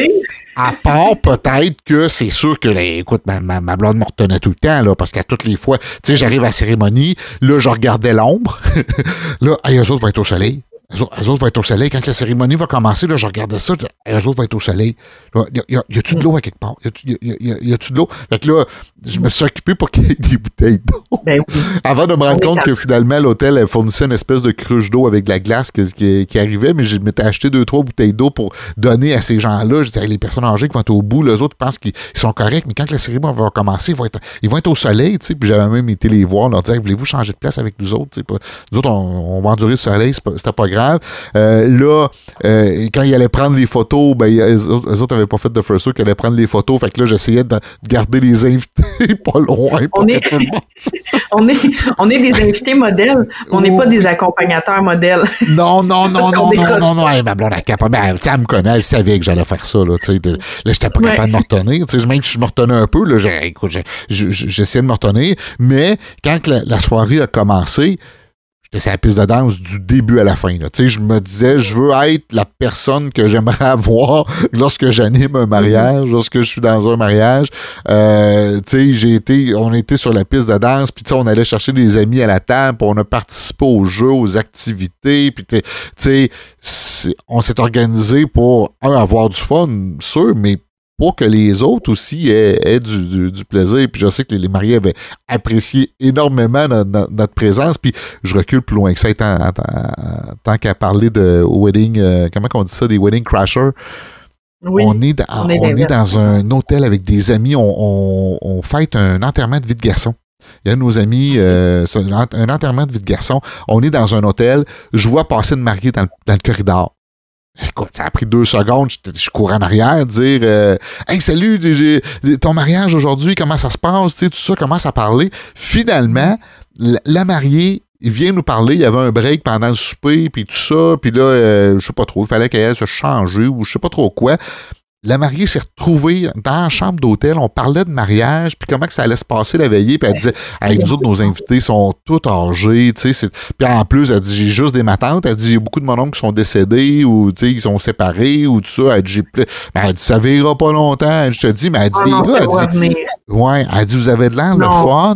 à part peut-être que c'est sûr que, là, écoute, ma, ma, ma blonde me retenait tout le temps, là, parce qu'à toutes les fois, tu sais, j'arrive à la cérémonie, là, je regardais l'ombre. Là, hey, eux autres vont être au soleil. Eux autres, eux autres vont être au soleil. Quand la cérémonie va commencer, là, je regardais ça. Eux autres vont être au soleil. Là, y, a, y a-tu de l'eau à quelque part? Y a-tu, y a, y a, y a-tu de l'eau? Fait que là, je me suis occupé pour qu'il y ait des bouteilles d'eau. Ben oui. Avant de me rendre compte que finalement, l'hôtel fournissait une espèce de cruche d'eau avec de la glace qui, qui, qui arrivait, mais je m'étais acheté deux, trois bouteilles d'eau pour donner à ces gens-là. Je disais, les personnes âgées qui vont être au bout, les autres pensent qu'ils sont corrects, mais quand la cérémonie va commencer, ils vont être, ils vont être au soleil, tu sais. Puis j'avais même été les voir, leur dire, voulez-vous changer de place avec nous autres? T'sais, nous autres, on, on va endurer le soleil, c'est pas, c'était pas grave. Euh, là, euh, quand ils allaient prendre les photos, ben, eux autres n'avaient pas fait de first look, ils allaient prendre les photos. Fait que là, j'essayais de garder les invités pas loin. On est, on, est, on est des invités modèles, on n'est oh. pas des accompagnateurs modèles. Non, non, non, non, non, non, non. Hey, ma blonde, elle, capable, elle, elle me connaît, elle savait que j'allais faire ça. Là, de, là j'étais pas capable ouais. de me retenir. Même si je me retenais un peu, là, j'ai, écoute, j'ai, j'essayais de me retenir. Mais quand la, la soirée a commencé, c'est la piste de danse du début à la fin. Là. Je me disais, je veux être la personne que j'aimerais avoir lorsque j'anime un mariage, lorsque je suis dans un mariage. Euh, j'ai été, on était sur la piste de danse, puis on allait chercher des amis à la table, puis on a participé aux jeux, aux activités, puis on s'est organisé pour, un, avoir du fun, sûr, mais pour que les autres aussi aient, aient du, du, du plaisir. Puis je sais que les, les mariés avaient apprécié énormément notre, notre, notre présence. Puis je recule plus loin que ça, tant, tant, tant qu'à parler de wedding, euh, comment on dit ça, des wedding crashers. Oui, on est, dans, on est, on est dans un hôtel avec des amis, on, on, on fête un enterrement de vie de garçon. Il y a nos amis, euh, un enterrement de vie de garçon. On est dans un hôtel, je vois passer une mariée dans le, dans le corridor. Écoute, ça a pris deux secondes, je, je cours en arrière, dire euh, hey, salut, j'ai, ton mariage aujourd'hui, comment ça se passe, tu sais, tout ça, commence à parler. Finalement, la, la mariée vient nous parler, il y avait un break pendant le souper, puis tout ça, puis là, euh, je sais pas trop, il fallait qu'elle se changer ou je sais pas trop quoi. La mariée s'est retrouvée dans la chambre d'hôtel, on parlait de mariage, puis comment que ça allait se passer la veillée, puis elle disait, hey, nous autres, nos invités sont tous âgés, tu sais, puis en plus, elle dit, j'ai juste des matantes, elle dit, j'ai beaucoup de mon oncle qui sont décédés, ou, tu sais, ils sont séparés, ou tout ça, elle dit, j'ai ple... ben, elle dit, ça verra pas longtemps, je te dis, mais elle dit, oh, les gars, elle dit, ouais, elle dit, vous avez de l'air, le fun,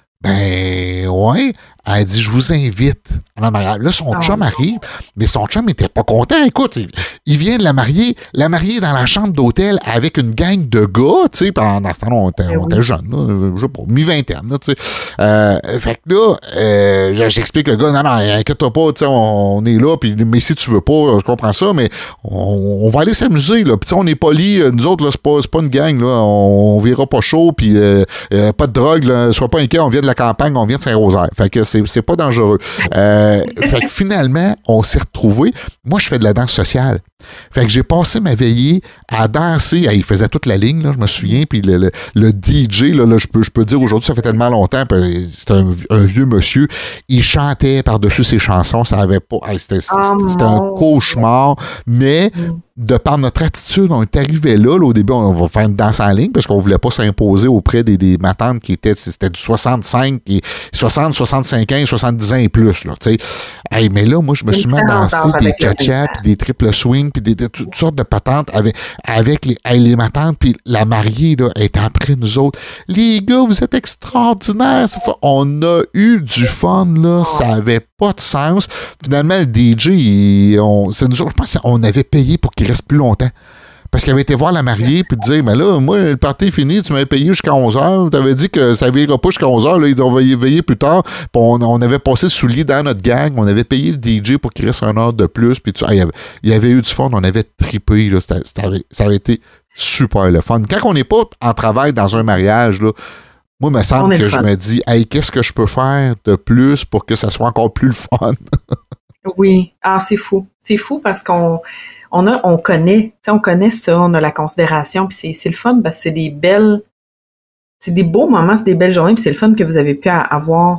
ben, ouais. Elle dit, je vous invite. Alors, là, son chum arrive, mais son chum n'était pas content. Écoute, il, il vient de la marier. La marier dans la chambre d'hôtel avec une gang de gars, tu sais, pendant ce temps-là, on était, on était jeunes, là, je sais pas, mi-vingtaine, tu sais. Euh, fait que là, euh, j'explique le gars, non, non, inquiète-toi pas, tu sais, on, on est là, puis, mais si tu veux pas, je comprends ça, mais on, on va aller s'amuser, là. Puis, tu sais, on est polis, nous autres, là, c'est pas, c'est pas une gang, là, on, on verra pas chaud, puis euh, euh, pas de drogue, là, sois pas inquiet, on vient de la campagne, on vient de Saint-Rosaire. Fait que c'est, c'est pas dangereux. Euh, fait que finalement, on s'est retrouvés. Moi, je fais de la danse sociale. Fait que j'ai passé ma veillée à danser. Il faisait toute la ligne, là, je me souviens. Puis le, le, le D J, là, là, je peux, je peux dire aujourd'hui, ça fait tellement longtemps. C'était un, un vieux monsieur. Il chantait par-dessus ses chansons. Ça avait pas. C'était, c'était, oh c'était un cauchemar. Mais de par notre attitude, on est arrivé là, là. Au début, on va faire une danse en ligne parce qu'on voulait pas s'imposer auprès des, des matantes qui étaient. C'était du soixante-cinq, et soixante, soixante-cinq ans et soixante-dix ans et plus. Là, hey, mais là, moi, je me suis mis à danser des cha-cha, puis des triple swing, puis des, des, toutes sortes de patentes avec, avec les, hey, les matantes, puis la mariée là, était après nous autres. Les gars, vous êtes extraordinaires. On a eu du fun, là. Ça avait pas de sens. Finalement, le D J, il, on, c'est nous, je pense qu'on avait payé pour qu'il reste plus longtemps. parce qu'il avait été voir la mariée puis dire, mais là, moi, le party est fini, tu m'avais payé jusqu'à onze heures, tu avais dit que ça ne veillera pas jusqu'à onze heures, là, ils ont veillé, veillé plus tard, puis on, on avait passé sous le lit dans notre gang, on avait payé le D J pour qu'il reste un heure de plus, puis tu, ah, il, y avait, il y avait eu du fun, on avait trippé, là, c'était, c'était, ça avait été super le fun. Quand on n'est pas en travail dans un mariage, là, moi, il me semble que je me dis, hey, qu'est-ce que je peux faire de plus pour que ça soit encore plus le fun? Oui, ah, c'est fou. C'est fou parce qu'on on a, on connaît, on connaît ça, on a la considération, puis c'est, c'est le fun parce que c'est des belles, c'est des beaux moments, c'est des belles journées, puis c'est le fun que vous avez pu avoir,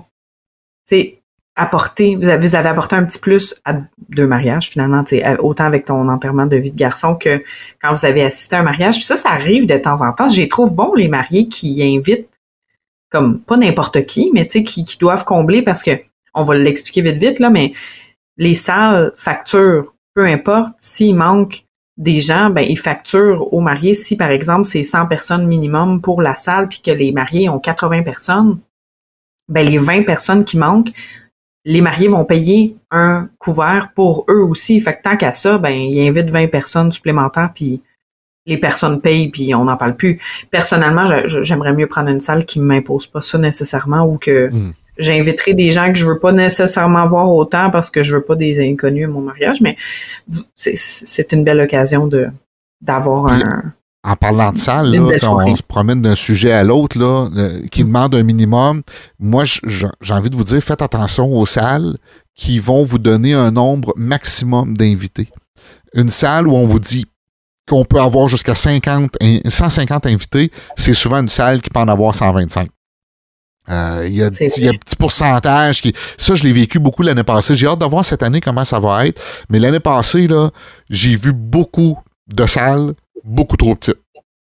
tu sais, apporter, vous avez, vous avez apporté un petit plus à deux mariages, finalement, tu sais, autant avec ton enterrement de vie de garçon que quand vous avez assisté à un mariage. Puis ça, ça arrive de temps en temps. Je les trouve bons, les mariés qui invitent comme pas n'importe qui, mais tu sais, qui, qui doivent combler parce que, on va l'expliquer vite vite, là, mais les salles facturent, peu importe, s'il manque des gens, ben, ils facturent aux mariés. Si, par exemple, c'est cent personnes minimum pour la salle puis que les mariés ont quatre-vingts personnes, ben, les vingt personnes qui manquent, les mariés vont payer un couvert pour eux aussi. Fait que tant qu'à ça, ben, ils invitent vingt personnes supplémentaires puis les personnes payent, puis on n'en parle plus. Personnellement, je, j'aimerais mieux prendre une salle qui ne m'impose pas ça nécessairement ou que mm. j'inviterai des gens que je veux pas nécessairement voir autant parce que je veux pas des inconnus à mon mariage, mais c'est, c'est une belle occasion de d'avoir puis, un... En parlant de salle, là, on, on se promène d'un sujet à l'autre là, euh, qui mm. demande un minimum. Moi, je, j'ai envie de vous dire, faites attention aux salles qui vont vous donner un nombre maximum d'invités. Une salle où on vous dit qu'on peut avoir jusqu'à cinquante, cent cinquante invités, c'est souvent une salle qui peut en avoir cent vingt-cinq. Euh, il y a, il y a un petit pourcentage qui... Ça, je l'ai vécu beaucoup l'année passée. J'ai hâte de voir cette année comment ça va être. Mais l'année passée, là, j'ai vu beaucoup de salles beaucoup trop petites.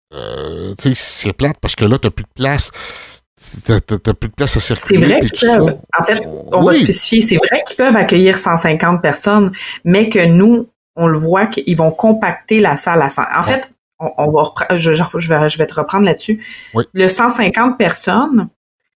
Euh, tu sais, c'est plate parce que là, t'as plus de place. T'as, t'as, t'as plus de place à circuler. C'est vrai qu'ils peuvent. Ça. En fait, on oui. va spécifier. C'est vrai qu'ils peuvent accueillir cent cinquante personnes, mais que nous, on le voit qu'ils vont compacter la salle à cent. En ouais. fait, on, on va reprendre, je, je, vais, je vais te reprendre là-dessus. Oui. Le cent cinquante personnes,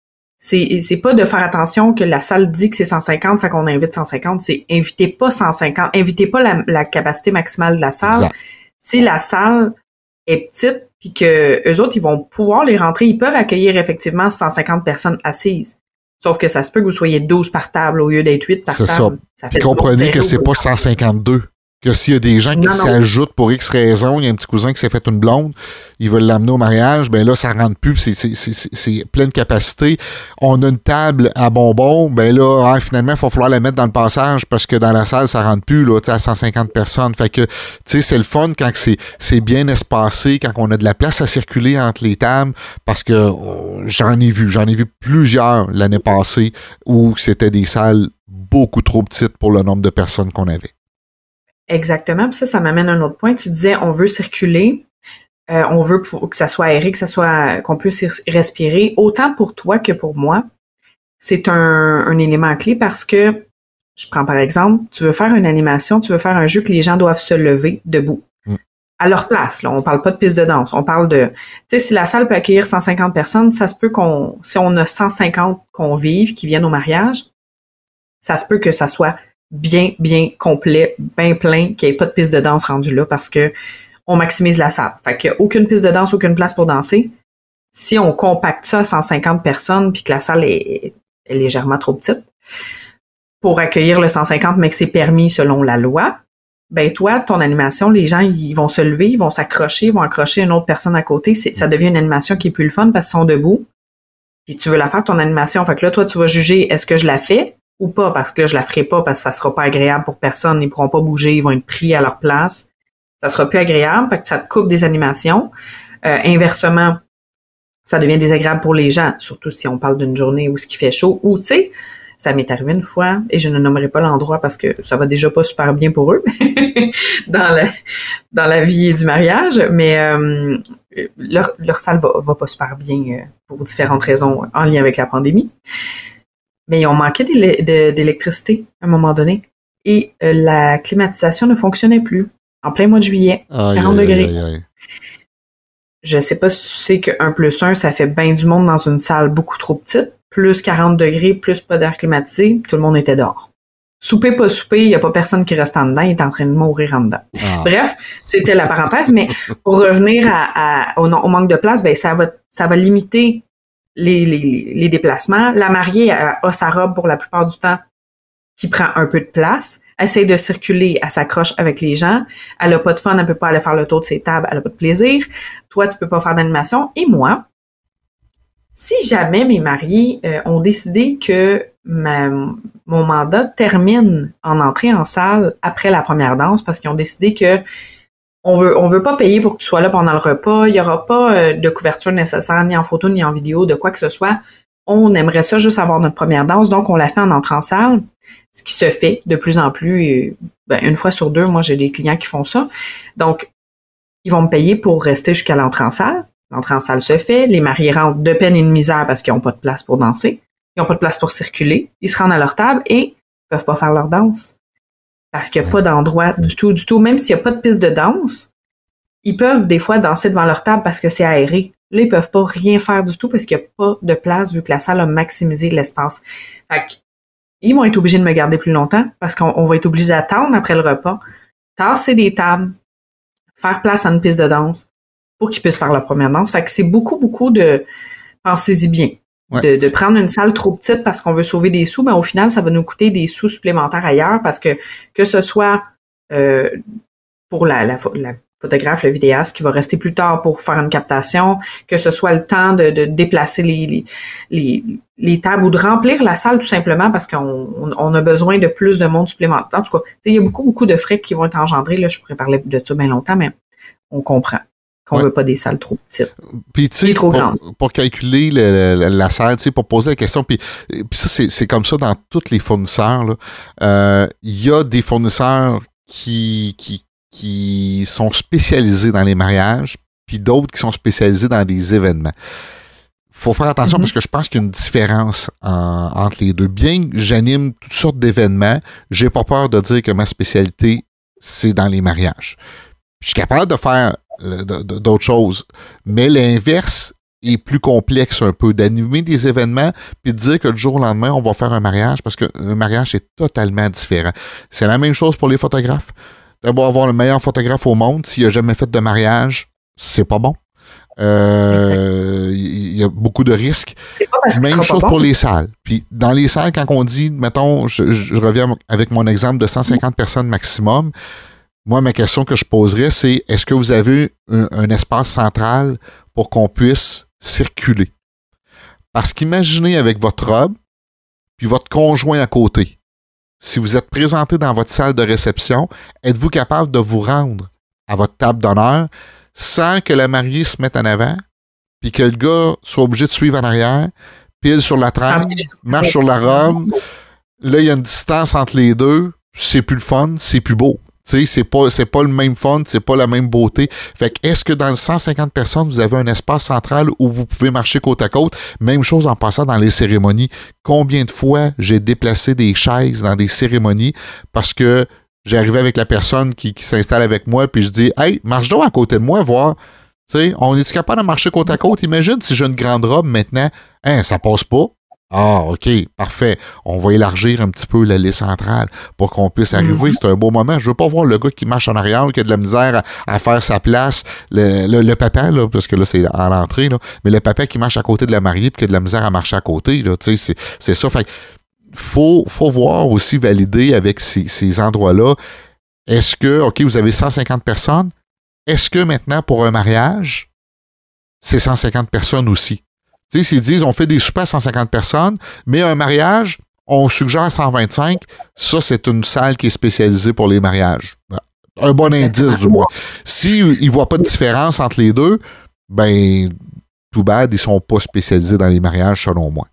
c'est, c'est pas de faire attention que la salle dit que c'est cent cinquante, fait qu'on invite cent cinquante. C'est invitez pas cent cinquante, invitez pas la, la capacité maximale de la salle. Exact. Si la salle est petite, puis que eux autres, ils vont pouvoir les rentrer, ils peuvent accueillir effectivement cent cinquante personnes assises. Sauf que ça se peut que vous soyez douze par table au lieu d'être huit par c'est table. Ça. Ça fait comprenez que c'est pas cent cinquante-deux. Que s'il y a des gens qui non, non. s'ajoutent pour X raison, il y a un petit cousin qui s'est fait une blonde, ils veulent l'amener au mariage, ben là, ça rentre plus, c'est, c'est, c'est, c'est pleine capacité. On a une table à bonbons, ben là, hein, finalement, il va falloir la mettre dans le passage parce que dans la salle, ça rentre plus, là, tu sais, à cent cinquante personnes. Fait que, tu sais, c'est le fun quand c'est, c'est bien espacé, quand on a de la place à circuler entre les tables, parce que oh, j'en ai vu, j'en ai vu plusieurs l'année passée où c'était des salles beaucoup trop petites pour le nombre de personnes qu'on avait. Exactement. Puis ça, ça m'amène à un autre point. Tu disais, on veut circuler, euh, on veut pour, que ça soit aéré, que ça soit, qu'on puisse respirer. Autant pour toi que pour moi, c'est un, un élément clé parce que, je prends par exemple, tu veux faire une animation, tu veux faire un jeu que les gens doivent se lever debout. Mm. À leur place, là. On parle pas de piste de danse. On parle de, tu sais, si la salle peut accueillir cent cinquante personnes, ça se peut qu'on, si on a cent cinquante convives qui viennent au mariage, ça se peut que ça soit bien, bien complet, bien plein, qu'il n'y ait pas de piste de danse rendue là parce que on maximise la salle. Fait qu'il n'y a aucune piste de danse, aucune place pour danser. Si on compacte ça à cent cinquante personnes puis que la salle est, est légèrement trop petite pour accueillir le cent cinquante, mais que c'est permis selon la loi, ben toi, ton animation, les gens, ils vont se lever, ils vont s'accrocher, ils vont accrocher une autre personne à côté. C'est, ça devient une animation qui est plus le fun parce qu'ils sont debout. Puis tu veux la faire, ton animation. Fait que là, toi, tu vas juger, est-ce que je la fais ou pas, parce que là, je la ferai pas, parce que ça sera pas agréable pour personne, ils pourront pas bouger, ils vont être pris à leur place. Ça sera plus agréable, fait que ça te coupe des animations. Euh, inversement, ça devient désagréable pour les gens, surtout si on parle d'une journée où ce qui fait chaud, ou tu sais, ça m'est arrivé une fois, et je ne nommerai pas l'endroit parce que ça va déjà pas super bien pour eux dans la, dans la vie du mariage, mais euh, leur, leur salle va, va pas super bien euh, pour différentes raisons en lien avec la pandémie. Mais ils ont manqué d'électricité à un moment donné. Et euh, la climatisation ne fonctionnait plus. En plein mois de juillet, aïe, quarante aïe, degrés. Aïe, aïe. Je sais pas si tu sais que un plus un, ça fait bien du monde dans une salle beaucoup trop petite. Plus quarante degrés, plus pas d'air climatisé, tout le monde était dehors. souper, pas souper, il n'y a pas personne qui reste en dedans, il est en train de mourir en dedans. Ah. Bref, c'était la parenthèse, mais pour revenir à, à, au, au manque de place, ben ça va, ça va limiter les, les, les déplacements. La mariée a, a sa robe pour la plupart du temps qui prend un peu de place, essaye de circuler, elle s'accroche avec les gens, elle a pas de fun, elle peut pas aller faire le tour de ses tables, elle a pas de plaisir. Toi, tu peux pas faire d'animation. Et moi, si jamais mes mariés euh, ont décidé que ma, mon mandat termine en entrée en salle après la première danse parce qu'ils ont décidé que on veut on veut pas payer pour que tu sois là pendant le repas, il y aura pas euh, de couverture nécessaire ni en photo ni en vidéo, de quoi que ce soit. On aimerait ça juste avoir notre première danse, donc on la fait en entrant en salle, ce qui se fait de plus en plus. Ben, une fois sur deux, moi j'ai des clients qui font ça. Donc, ils vont me payer pour rester jusqu'à l'entrée en salle. L'entrée en salle se fait, les mariés rentrent de peine et de misère parce qu'ils n'ont pas de place pour danser, ils n'ont pas de place pour circuler, ils se rendent à leur table et ils peuvent pas faire leur danse. Parce qu'il n'y a pas d'endroit du tout, du tout. Même s'il n'y a pas de piste de danse, ils peuvent des fois danser devant leur table parce que c'est aéré. Là, ils peuvent pas rien faire du tout parce qu'il n'y a pas de place vu que la salle a maximisé l'espace. Fait que, ils vont être obligés de me garder plus longtemps parce qu'on on va être obligés d'attendre après le repas, tasser des tables, faire place à une piste de danse pour qu'ils puissent faire leur première danse. Fait que c'est beaucoup, beaucoup de... Pensez-y bien. Ouais. De, de prendre une salle trop petite parce qu'on veut sauver des sous, mais au final, ça va nous coûter des sous supplémentaires ailleurs parce que que ce soit euh, pour la, la, la photographe, le vidéaste qui va rester plus tard pour faire une captation, que ce soit le temps de, de déplacer les, les, les, les tables ou de remplir la salle tout simplement parce qu'on on, on a besoin de plus de monde supplémentaire. En tout cas, il y a beaucoup, beaucoup de frais qui vont être engendrés. Là, je pourrais parler de ça bien longtemps, mais on comprend qu'on ouais. veut pas des salles trop petites. Puis tu sais, pour, pour calculer le, le, la salle, tu sais, pour poser la question, puis, puis ça, c'est, c'est comme ça dans tous les fournisseurs. Il euh, y a des fournisseurs qui, qui, qui sont spécialisés dans les mariages, puis d'autres qui sont spécialisés dans des événements. Il faut faire attention mm-hmm. parce que je pense qu'il y a une différence en, entre les deux. Bien que j'anime toutes sortes d'événements, j'ai pas peur de dire que ma spécialité, c'est dans les mariages. Je suis capable de faire d'autres choses. Mais l'inverse est plus complexe un peu, d'animer des événements puis de dire que le jour au lendemain, on va faire un mariage parce qu'un mariage est totalement différent. C'est la même chose pour les photographes. D'abord, avoir le meilleur photographe au monde, s'il n'a jamais fait de mariage, c'est pas bon. Euh, il y a beaucoup de risques. C'est pas parce que même chose pas pour bon. Les salles. Puis dans les salles, quand on dit, mettons, je, je reviens avec mon exemple de cent cinquante personnes maximum, moi, ma question que je poserais, c'est est-ce que vous avez un, un espace central pour qu'on puisse circuler? Parce qu'imaginez avec votre robe, puis votre conjoint à côté. Si vous êtes présenté dans votre salle de réception, êtes-vous capable de vous rendre à votre table d'honneur sans que la mariée se mette en avant, puis que le gars soit obligé de suivre en arrière, pile sur la trappe, marche sur la robe. Là, il y a une distance entre les deux. C'est plus le fun, c'est plus beau. Tu sais, c'est pas, c'est pas le même fun, c'est pas la même beauté. Fait que, est-ce que dans le cent cinquante personnes, vous avez un espace central où vous pouvez marcher côte à côte? Même chose en passant dans les cérémonies. Combien de fois j'ai déplacé des chaises dans des cérémonies parce que j'arrivais avec la personne qui, qui s'installe avec moi puis je dis « Hey, marche donc à côté de moi, voir. » Tu sais, on est-tu capable de marcher côte à côte? Imagine si j'ai une grande robe maintenant. Hein, ça passe pas. Ah, OK, parfait. On va élargir un petit peu l'allée centrale pour qu'on puisse arriver. Mm-hmm. C'est un beau moment. Je veux pas voir le gars qui marche en arrière, qui a de la misère à, à faire sa place. Le, le, le papa, là, parce que là, c'est à l'entrée, là, mais le papa qui marche à côté de la mariée et qui a de la misère à marcher à côté, là, tu sais, c'est, c'est ça. Fait faut, faut voir aussi, valider avec ces, ces endroits-là. Est-ce que, OK, vous avez cent cinquante personnes. Est-ce que maintenant, pour un mariage, c'est cent cinquante personnes aussi? Tu sais, s'ils disent, on fait des soupers à cent cinquante personnes, mais un mariage, on suggère cent vingt-cinq, ça, c'est une salle qui est spécialisée pour les mariages. Un bon indice, du moins. S'ils ne voient pas de différence entre les deux, ben, tout bad, ils ne sont pas spécialisés dans les mariages, selon moi.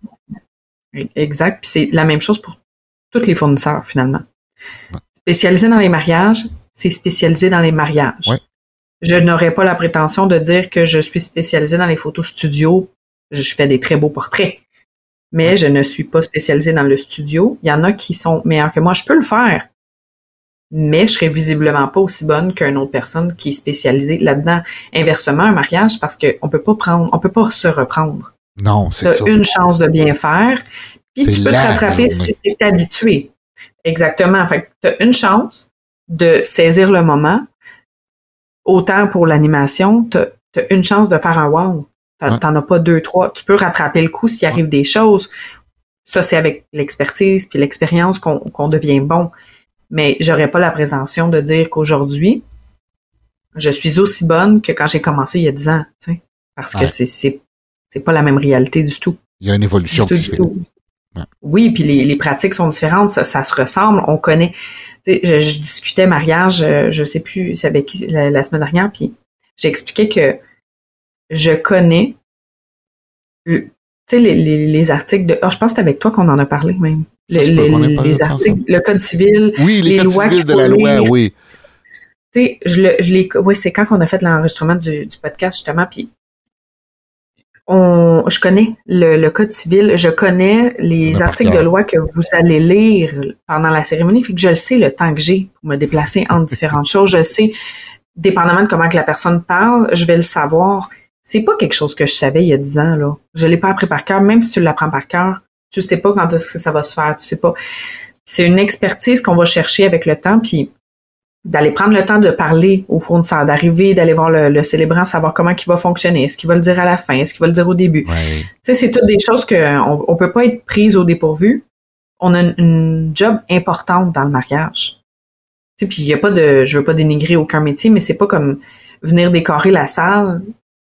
Exact. Puis c'est la même chose pour tous les fournisseurs, finalement. Ouais. Spécialisé dans les mariages, c'est spécialisé dans les mariages. Ouais. Je n'aurais pas la prétention de dire que je suis spécialisée dans les photos studio. Je fais des très beaux portraits, mais ouais. je ne suis pas spécialisée dans le studio. Il y en a qui sont meilleurs que moi. Je peux le faire, mais je serais visiblement pas aussi bonne qu'une autre personne qui est spécialisée là-dedans. Inversement, un mariage, parce qu'on peut pas prendre, on peut pas se reprendre. Non, c'est T'as ça. une chance de bien faire, puis c'est tu peux te rattraper si tu es habitué. Exactement. Fait que tu as une chance de saisir le moment. Autant pour l'animation, tu as une chance de faire un wow. T'en ouais. as pas deux, trois. Tu peux rattraper le coup s'il arrive ouais. des choses. Ça, c'est avec l'expertise puis l'expérience qu'on, qu'on devient bon. Mais j'aurais pas la prétention de dire qu'aujourd'hui, je suis aussi bonne que quand j'ai commencé il y a dix ans. T'sais, parce ouais. que c'est, c'est, c'est pas la même réalité du tout. Il y a une évolution qui se fait. Ouais. Oui, puis les, les pratiques sont différentes. Ça, ça se ressemble. On connaît... Je, je discutais mariage, je, je sais plus c'est avec qui la, la semaine dernière, puis j'expliquais que je connais tu sais les, les, les articles de oh, je pense que c'est avec toi qu'on en a parlé même. Le, les, les, les articles, le code civil, oui, les, les codes lois civils de la loi, lire. Oui. Tu sais, je le je les oui, c'est quand qu'on a fait l'enregistrement du, du podcast justement, puis on je connais le, le code civil, je connais les articles de loi que vous allez lire pendant la cérémonie, fait que je le sais le temps que j'ai pour me déplacer entre différentes choses, je sais dépendamment de comment que la personne parle, je vais le savoir. C'est pas quelque chose que je savais il y a dix ans là. Je l'ai pas appris par cœur, même si tu l'apprends par cœur, tu sais pas quand est-ce que ça va se faire, tu sais pas. C'est une expertise qu'on va chercher avec le temps, puis d'aller prendre le temps de parler au fournisseur, d'arriver, d'aller voir le, le célébrant, savoir comment il va fonctionner, est-ce qu'il va le dire à la fin, est-ce qu'il va le dire au début. Ouais. Tu sais, c'est toutes des choses qu'on on peut pas être prise au dépourvu. On a une, une job importante dans le mariage. Tu sais, puis il y a pas de, je veux pas dénigrer aucun métier, mais c'est pas comme venir décorer la salle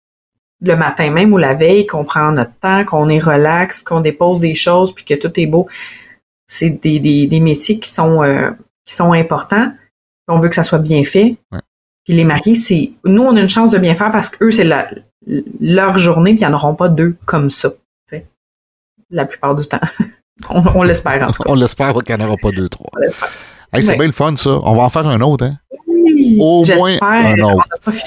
le matin même ou la veille, qu'on prend notre temps, qu'on est relax, qu'on dépose des choses, puis que tout est beau. C'est des, des, des métiers qui sont euh, qui sont importants. On veut que ça soit bien fait. Ouais. Puis les mariés, c'est nous, on a une chance de bien faire parce qu'eux, c'est la, leur journée, puis ils n'en auront pas deux comme ça. T'sais. La plupart du temps. on, on l'espère, en tout cas. On l'espère qu'il n'y en aura pas deux, trois. Hey, c'est ouais. bien le fun, ça. On va en faire un autre, hein? Oui, au moins un autre.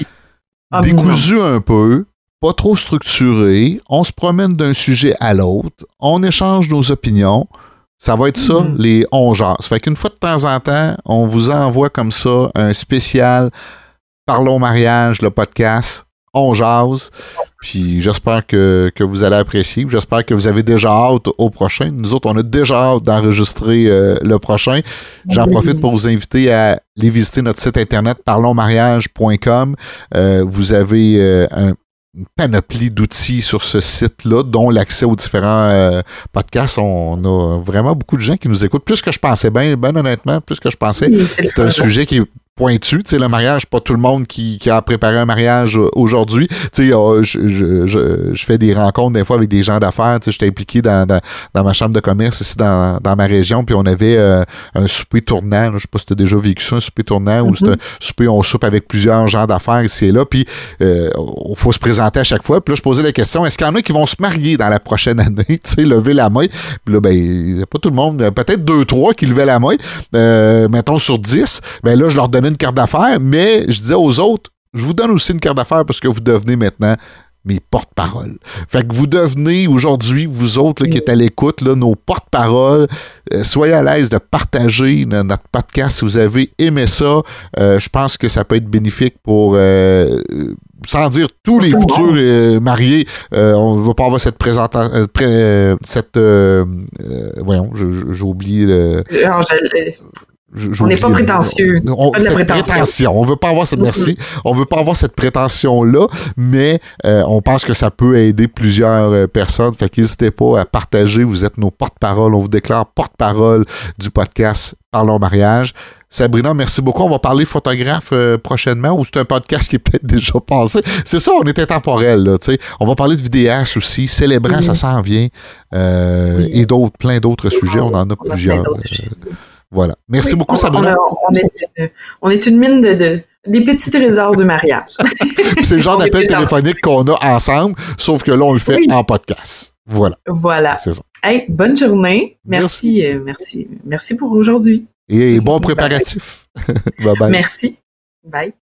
Ah, décousu un peu, pas trop structuré. On se promène d'un sujet à l'autre. On échange nos opinions. Ça va être ça, mm-hmm. les on jase. Ça fait qu'une fois de temps en temps, on vous envoie comme ça un spécial Parlons mariage, le podcast, on jase. Puis j'espère que, que vous allez apprécier. J'espère que vous avez déjà hâte au prochain. Nous autres, on a déjà hâte d'enregistrer euh, le prochain. J'en profite pour vous inviter à aller visiter notre site internet parlons mariage point com. Euh, vous avez euh, un une panoplie d'outils sur ce site-là, dont l'accès aux différents euh, podcasts. On a vraiment beaucoup de gens qui nous écoutent. Plus que je pensais, bien ben honnêtement, plus que je pensais. Oui, c'est c'est un sujet qui est pointu. Tu sais, le mariage, pas tout le monde qui, qui a préparé un mariage aujourd'hui. Tu sais, euh, je, je, je, je fais des rencontres des fois avec des gens d'affaires. Tu sais, j'étais impliqué dans, dans, dans ma chambre de commerce ici dans, dans ma région, puis on avait euh, un souper tournant. Là, je sais pas si tu as déjà vécu ça, un souper tournant, mm-hmm. où c'est un souper, on soupe avec plusieurs gens d'affaires ici et là, puis il euh, faut se présenter à chaque fois. Puis là, je posais la question, est-ce qu'il y en a qui vont se marier dans la prochaine année? Tu sais, lever la main. Puis là, ben, il n'y a pas tout le monde, peut-être deux, trois qui levaient la main, euh, mettons sur dix. Ben là, je leur donnais une carte d'affaires, mais je disais aux autres, je vous donne aussi une carte d'affaires parce que vous devenez maintenant mes porte-paroles. Fait que vous devenez aujourd'hui, vous autres là, qui êtes à l'écoute, là, nos porte-paroles. Euh, soyez à l'aise de partager notre podcast si vous avez aimé ça. Euh, je pense que ça peut être bénéfique pour, euh, sans dire tous les futurs euh, mariés. Euh, on ne va pas avoir cette présentation, euh, pré, euh, cette, euh, euh, voyons, j'ai oublié le... Alors, je... Je, on n'est pas prétentieux. On, pas de la prétention. prétention. On veut pas avoir cette merci. Mm-hmm. On veut pas avoir cette prétention-là, mais euh, on pense que ça peut aider plusieurs euh, personnes. Fait qu'hésitez pas à partager. Vous êtes nos porte-parole. On vous déclare porte-parole du podcast Parlons mariage. Sabrina, merci beaucoup. On va parler photographe euh, prochainement, ou c'est un podcast qui est peut-être déjà passé. C'est ça, on est intemporel, là, tu sais. On va parler de vidéastes aussi. Célébrant, mm-hmm. ça s'en vient. Euh, oui. Et d'autres, plein d'autres oui, sujets. On en a on plusieurs. A Voilà. Merci oui, beaucoup, on, Sabrina. On, on, est, on est une mine de, de des petits trésors du mariage. C'est le genre d'appel téléphonique qu'on a ensemble, sauf que là, on le fait oui. en podcast. Voilà. Voilà. C'est ça. Hey, bonne journée. Merci. Merci, euh, merci, merci pour aujourd'hui. Et bon préparatif. Bye bye. Merci. Bye.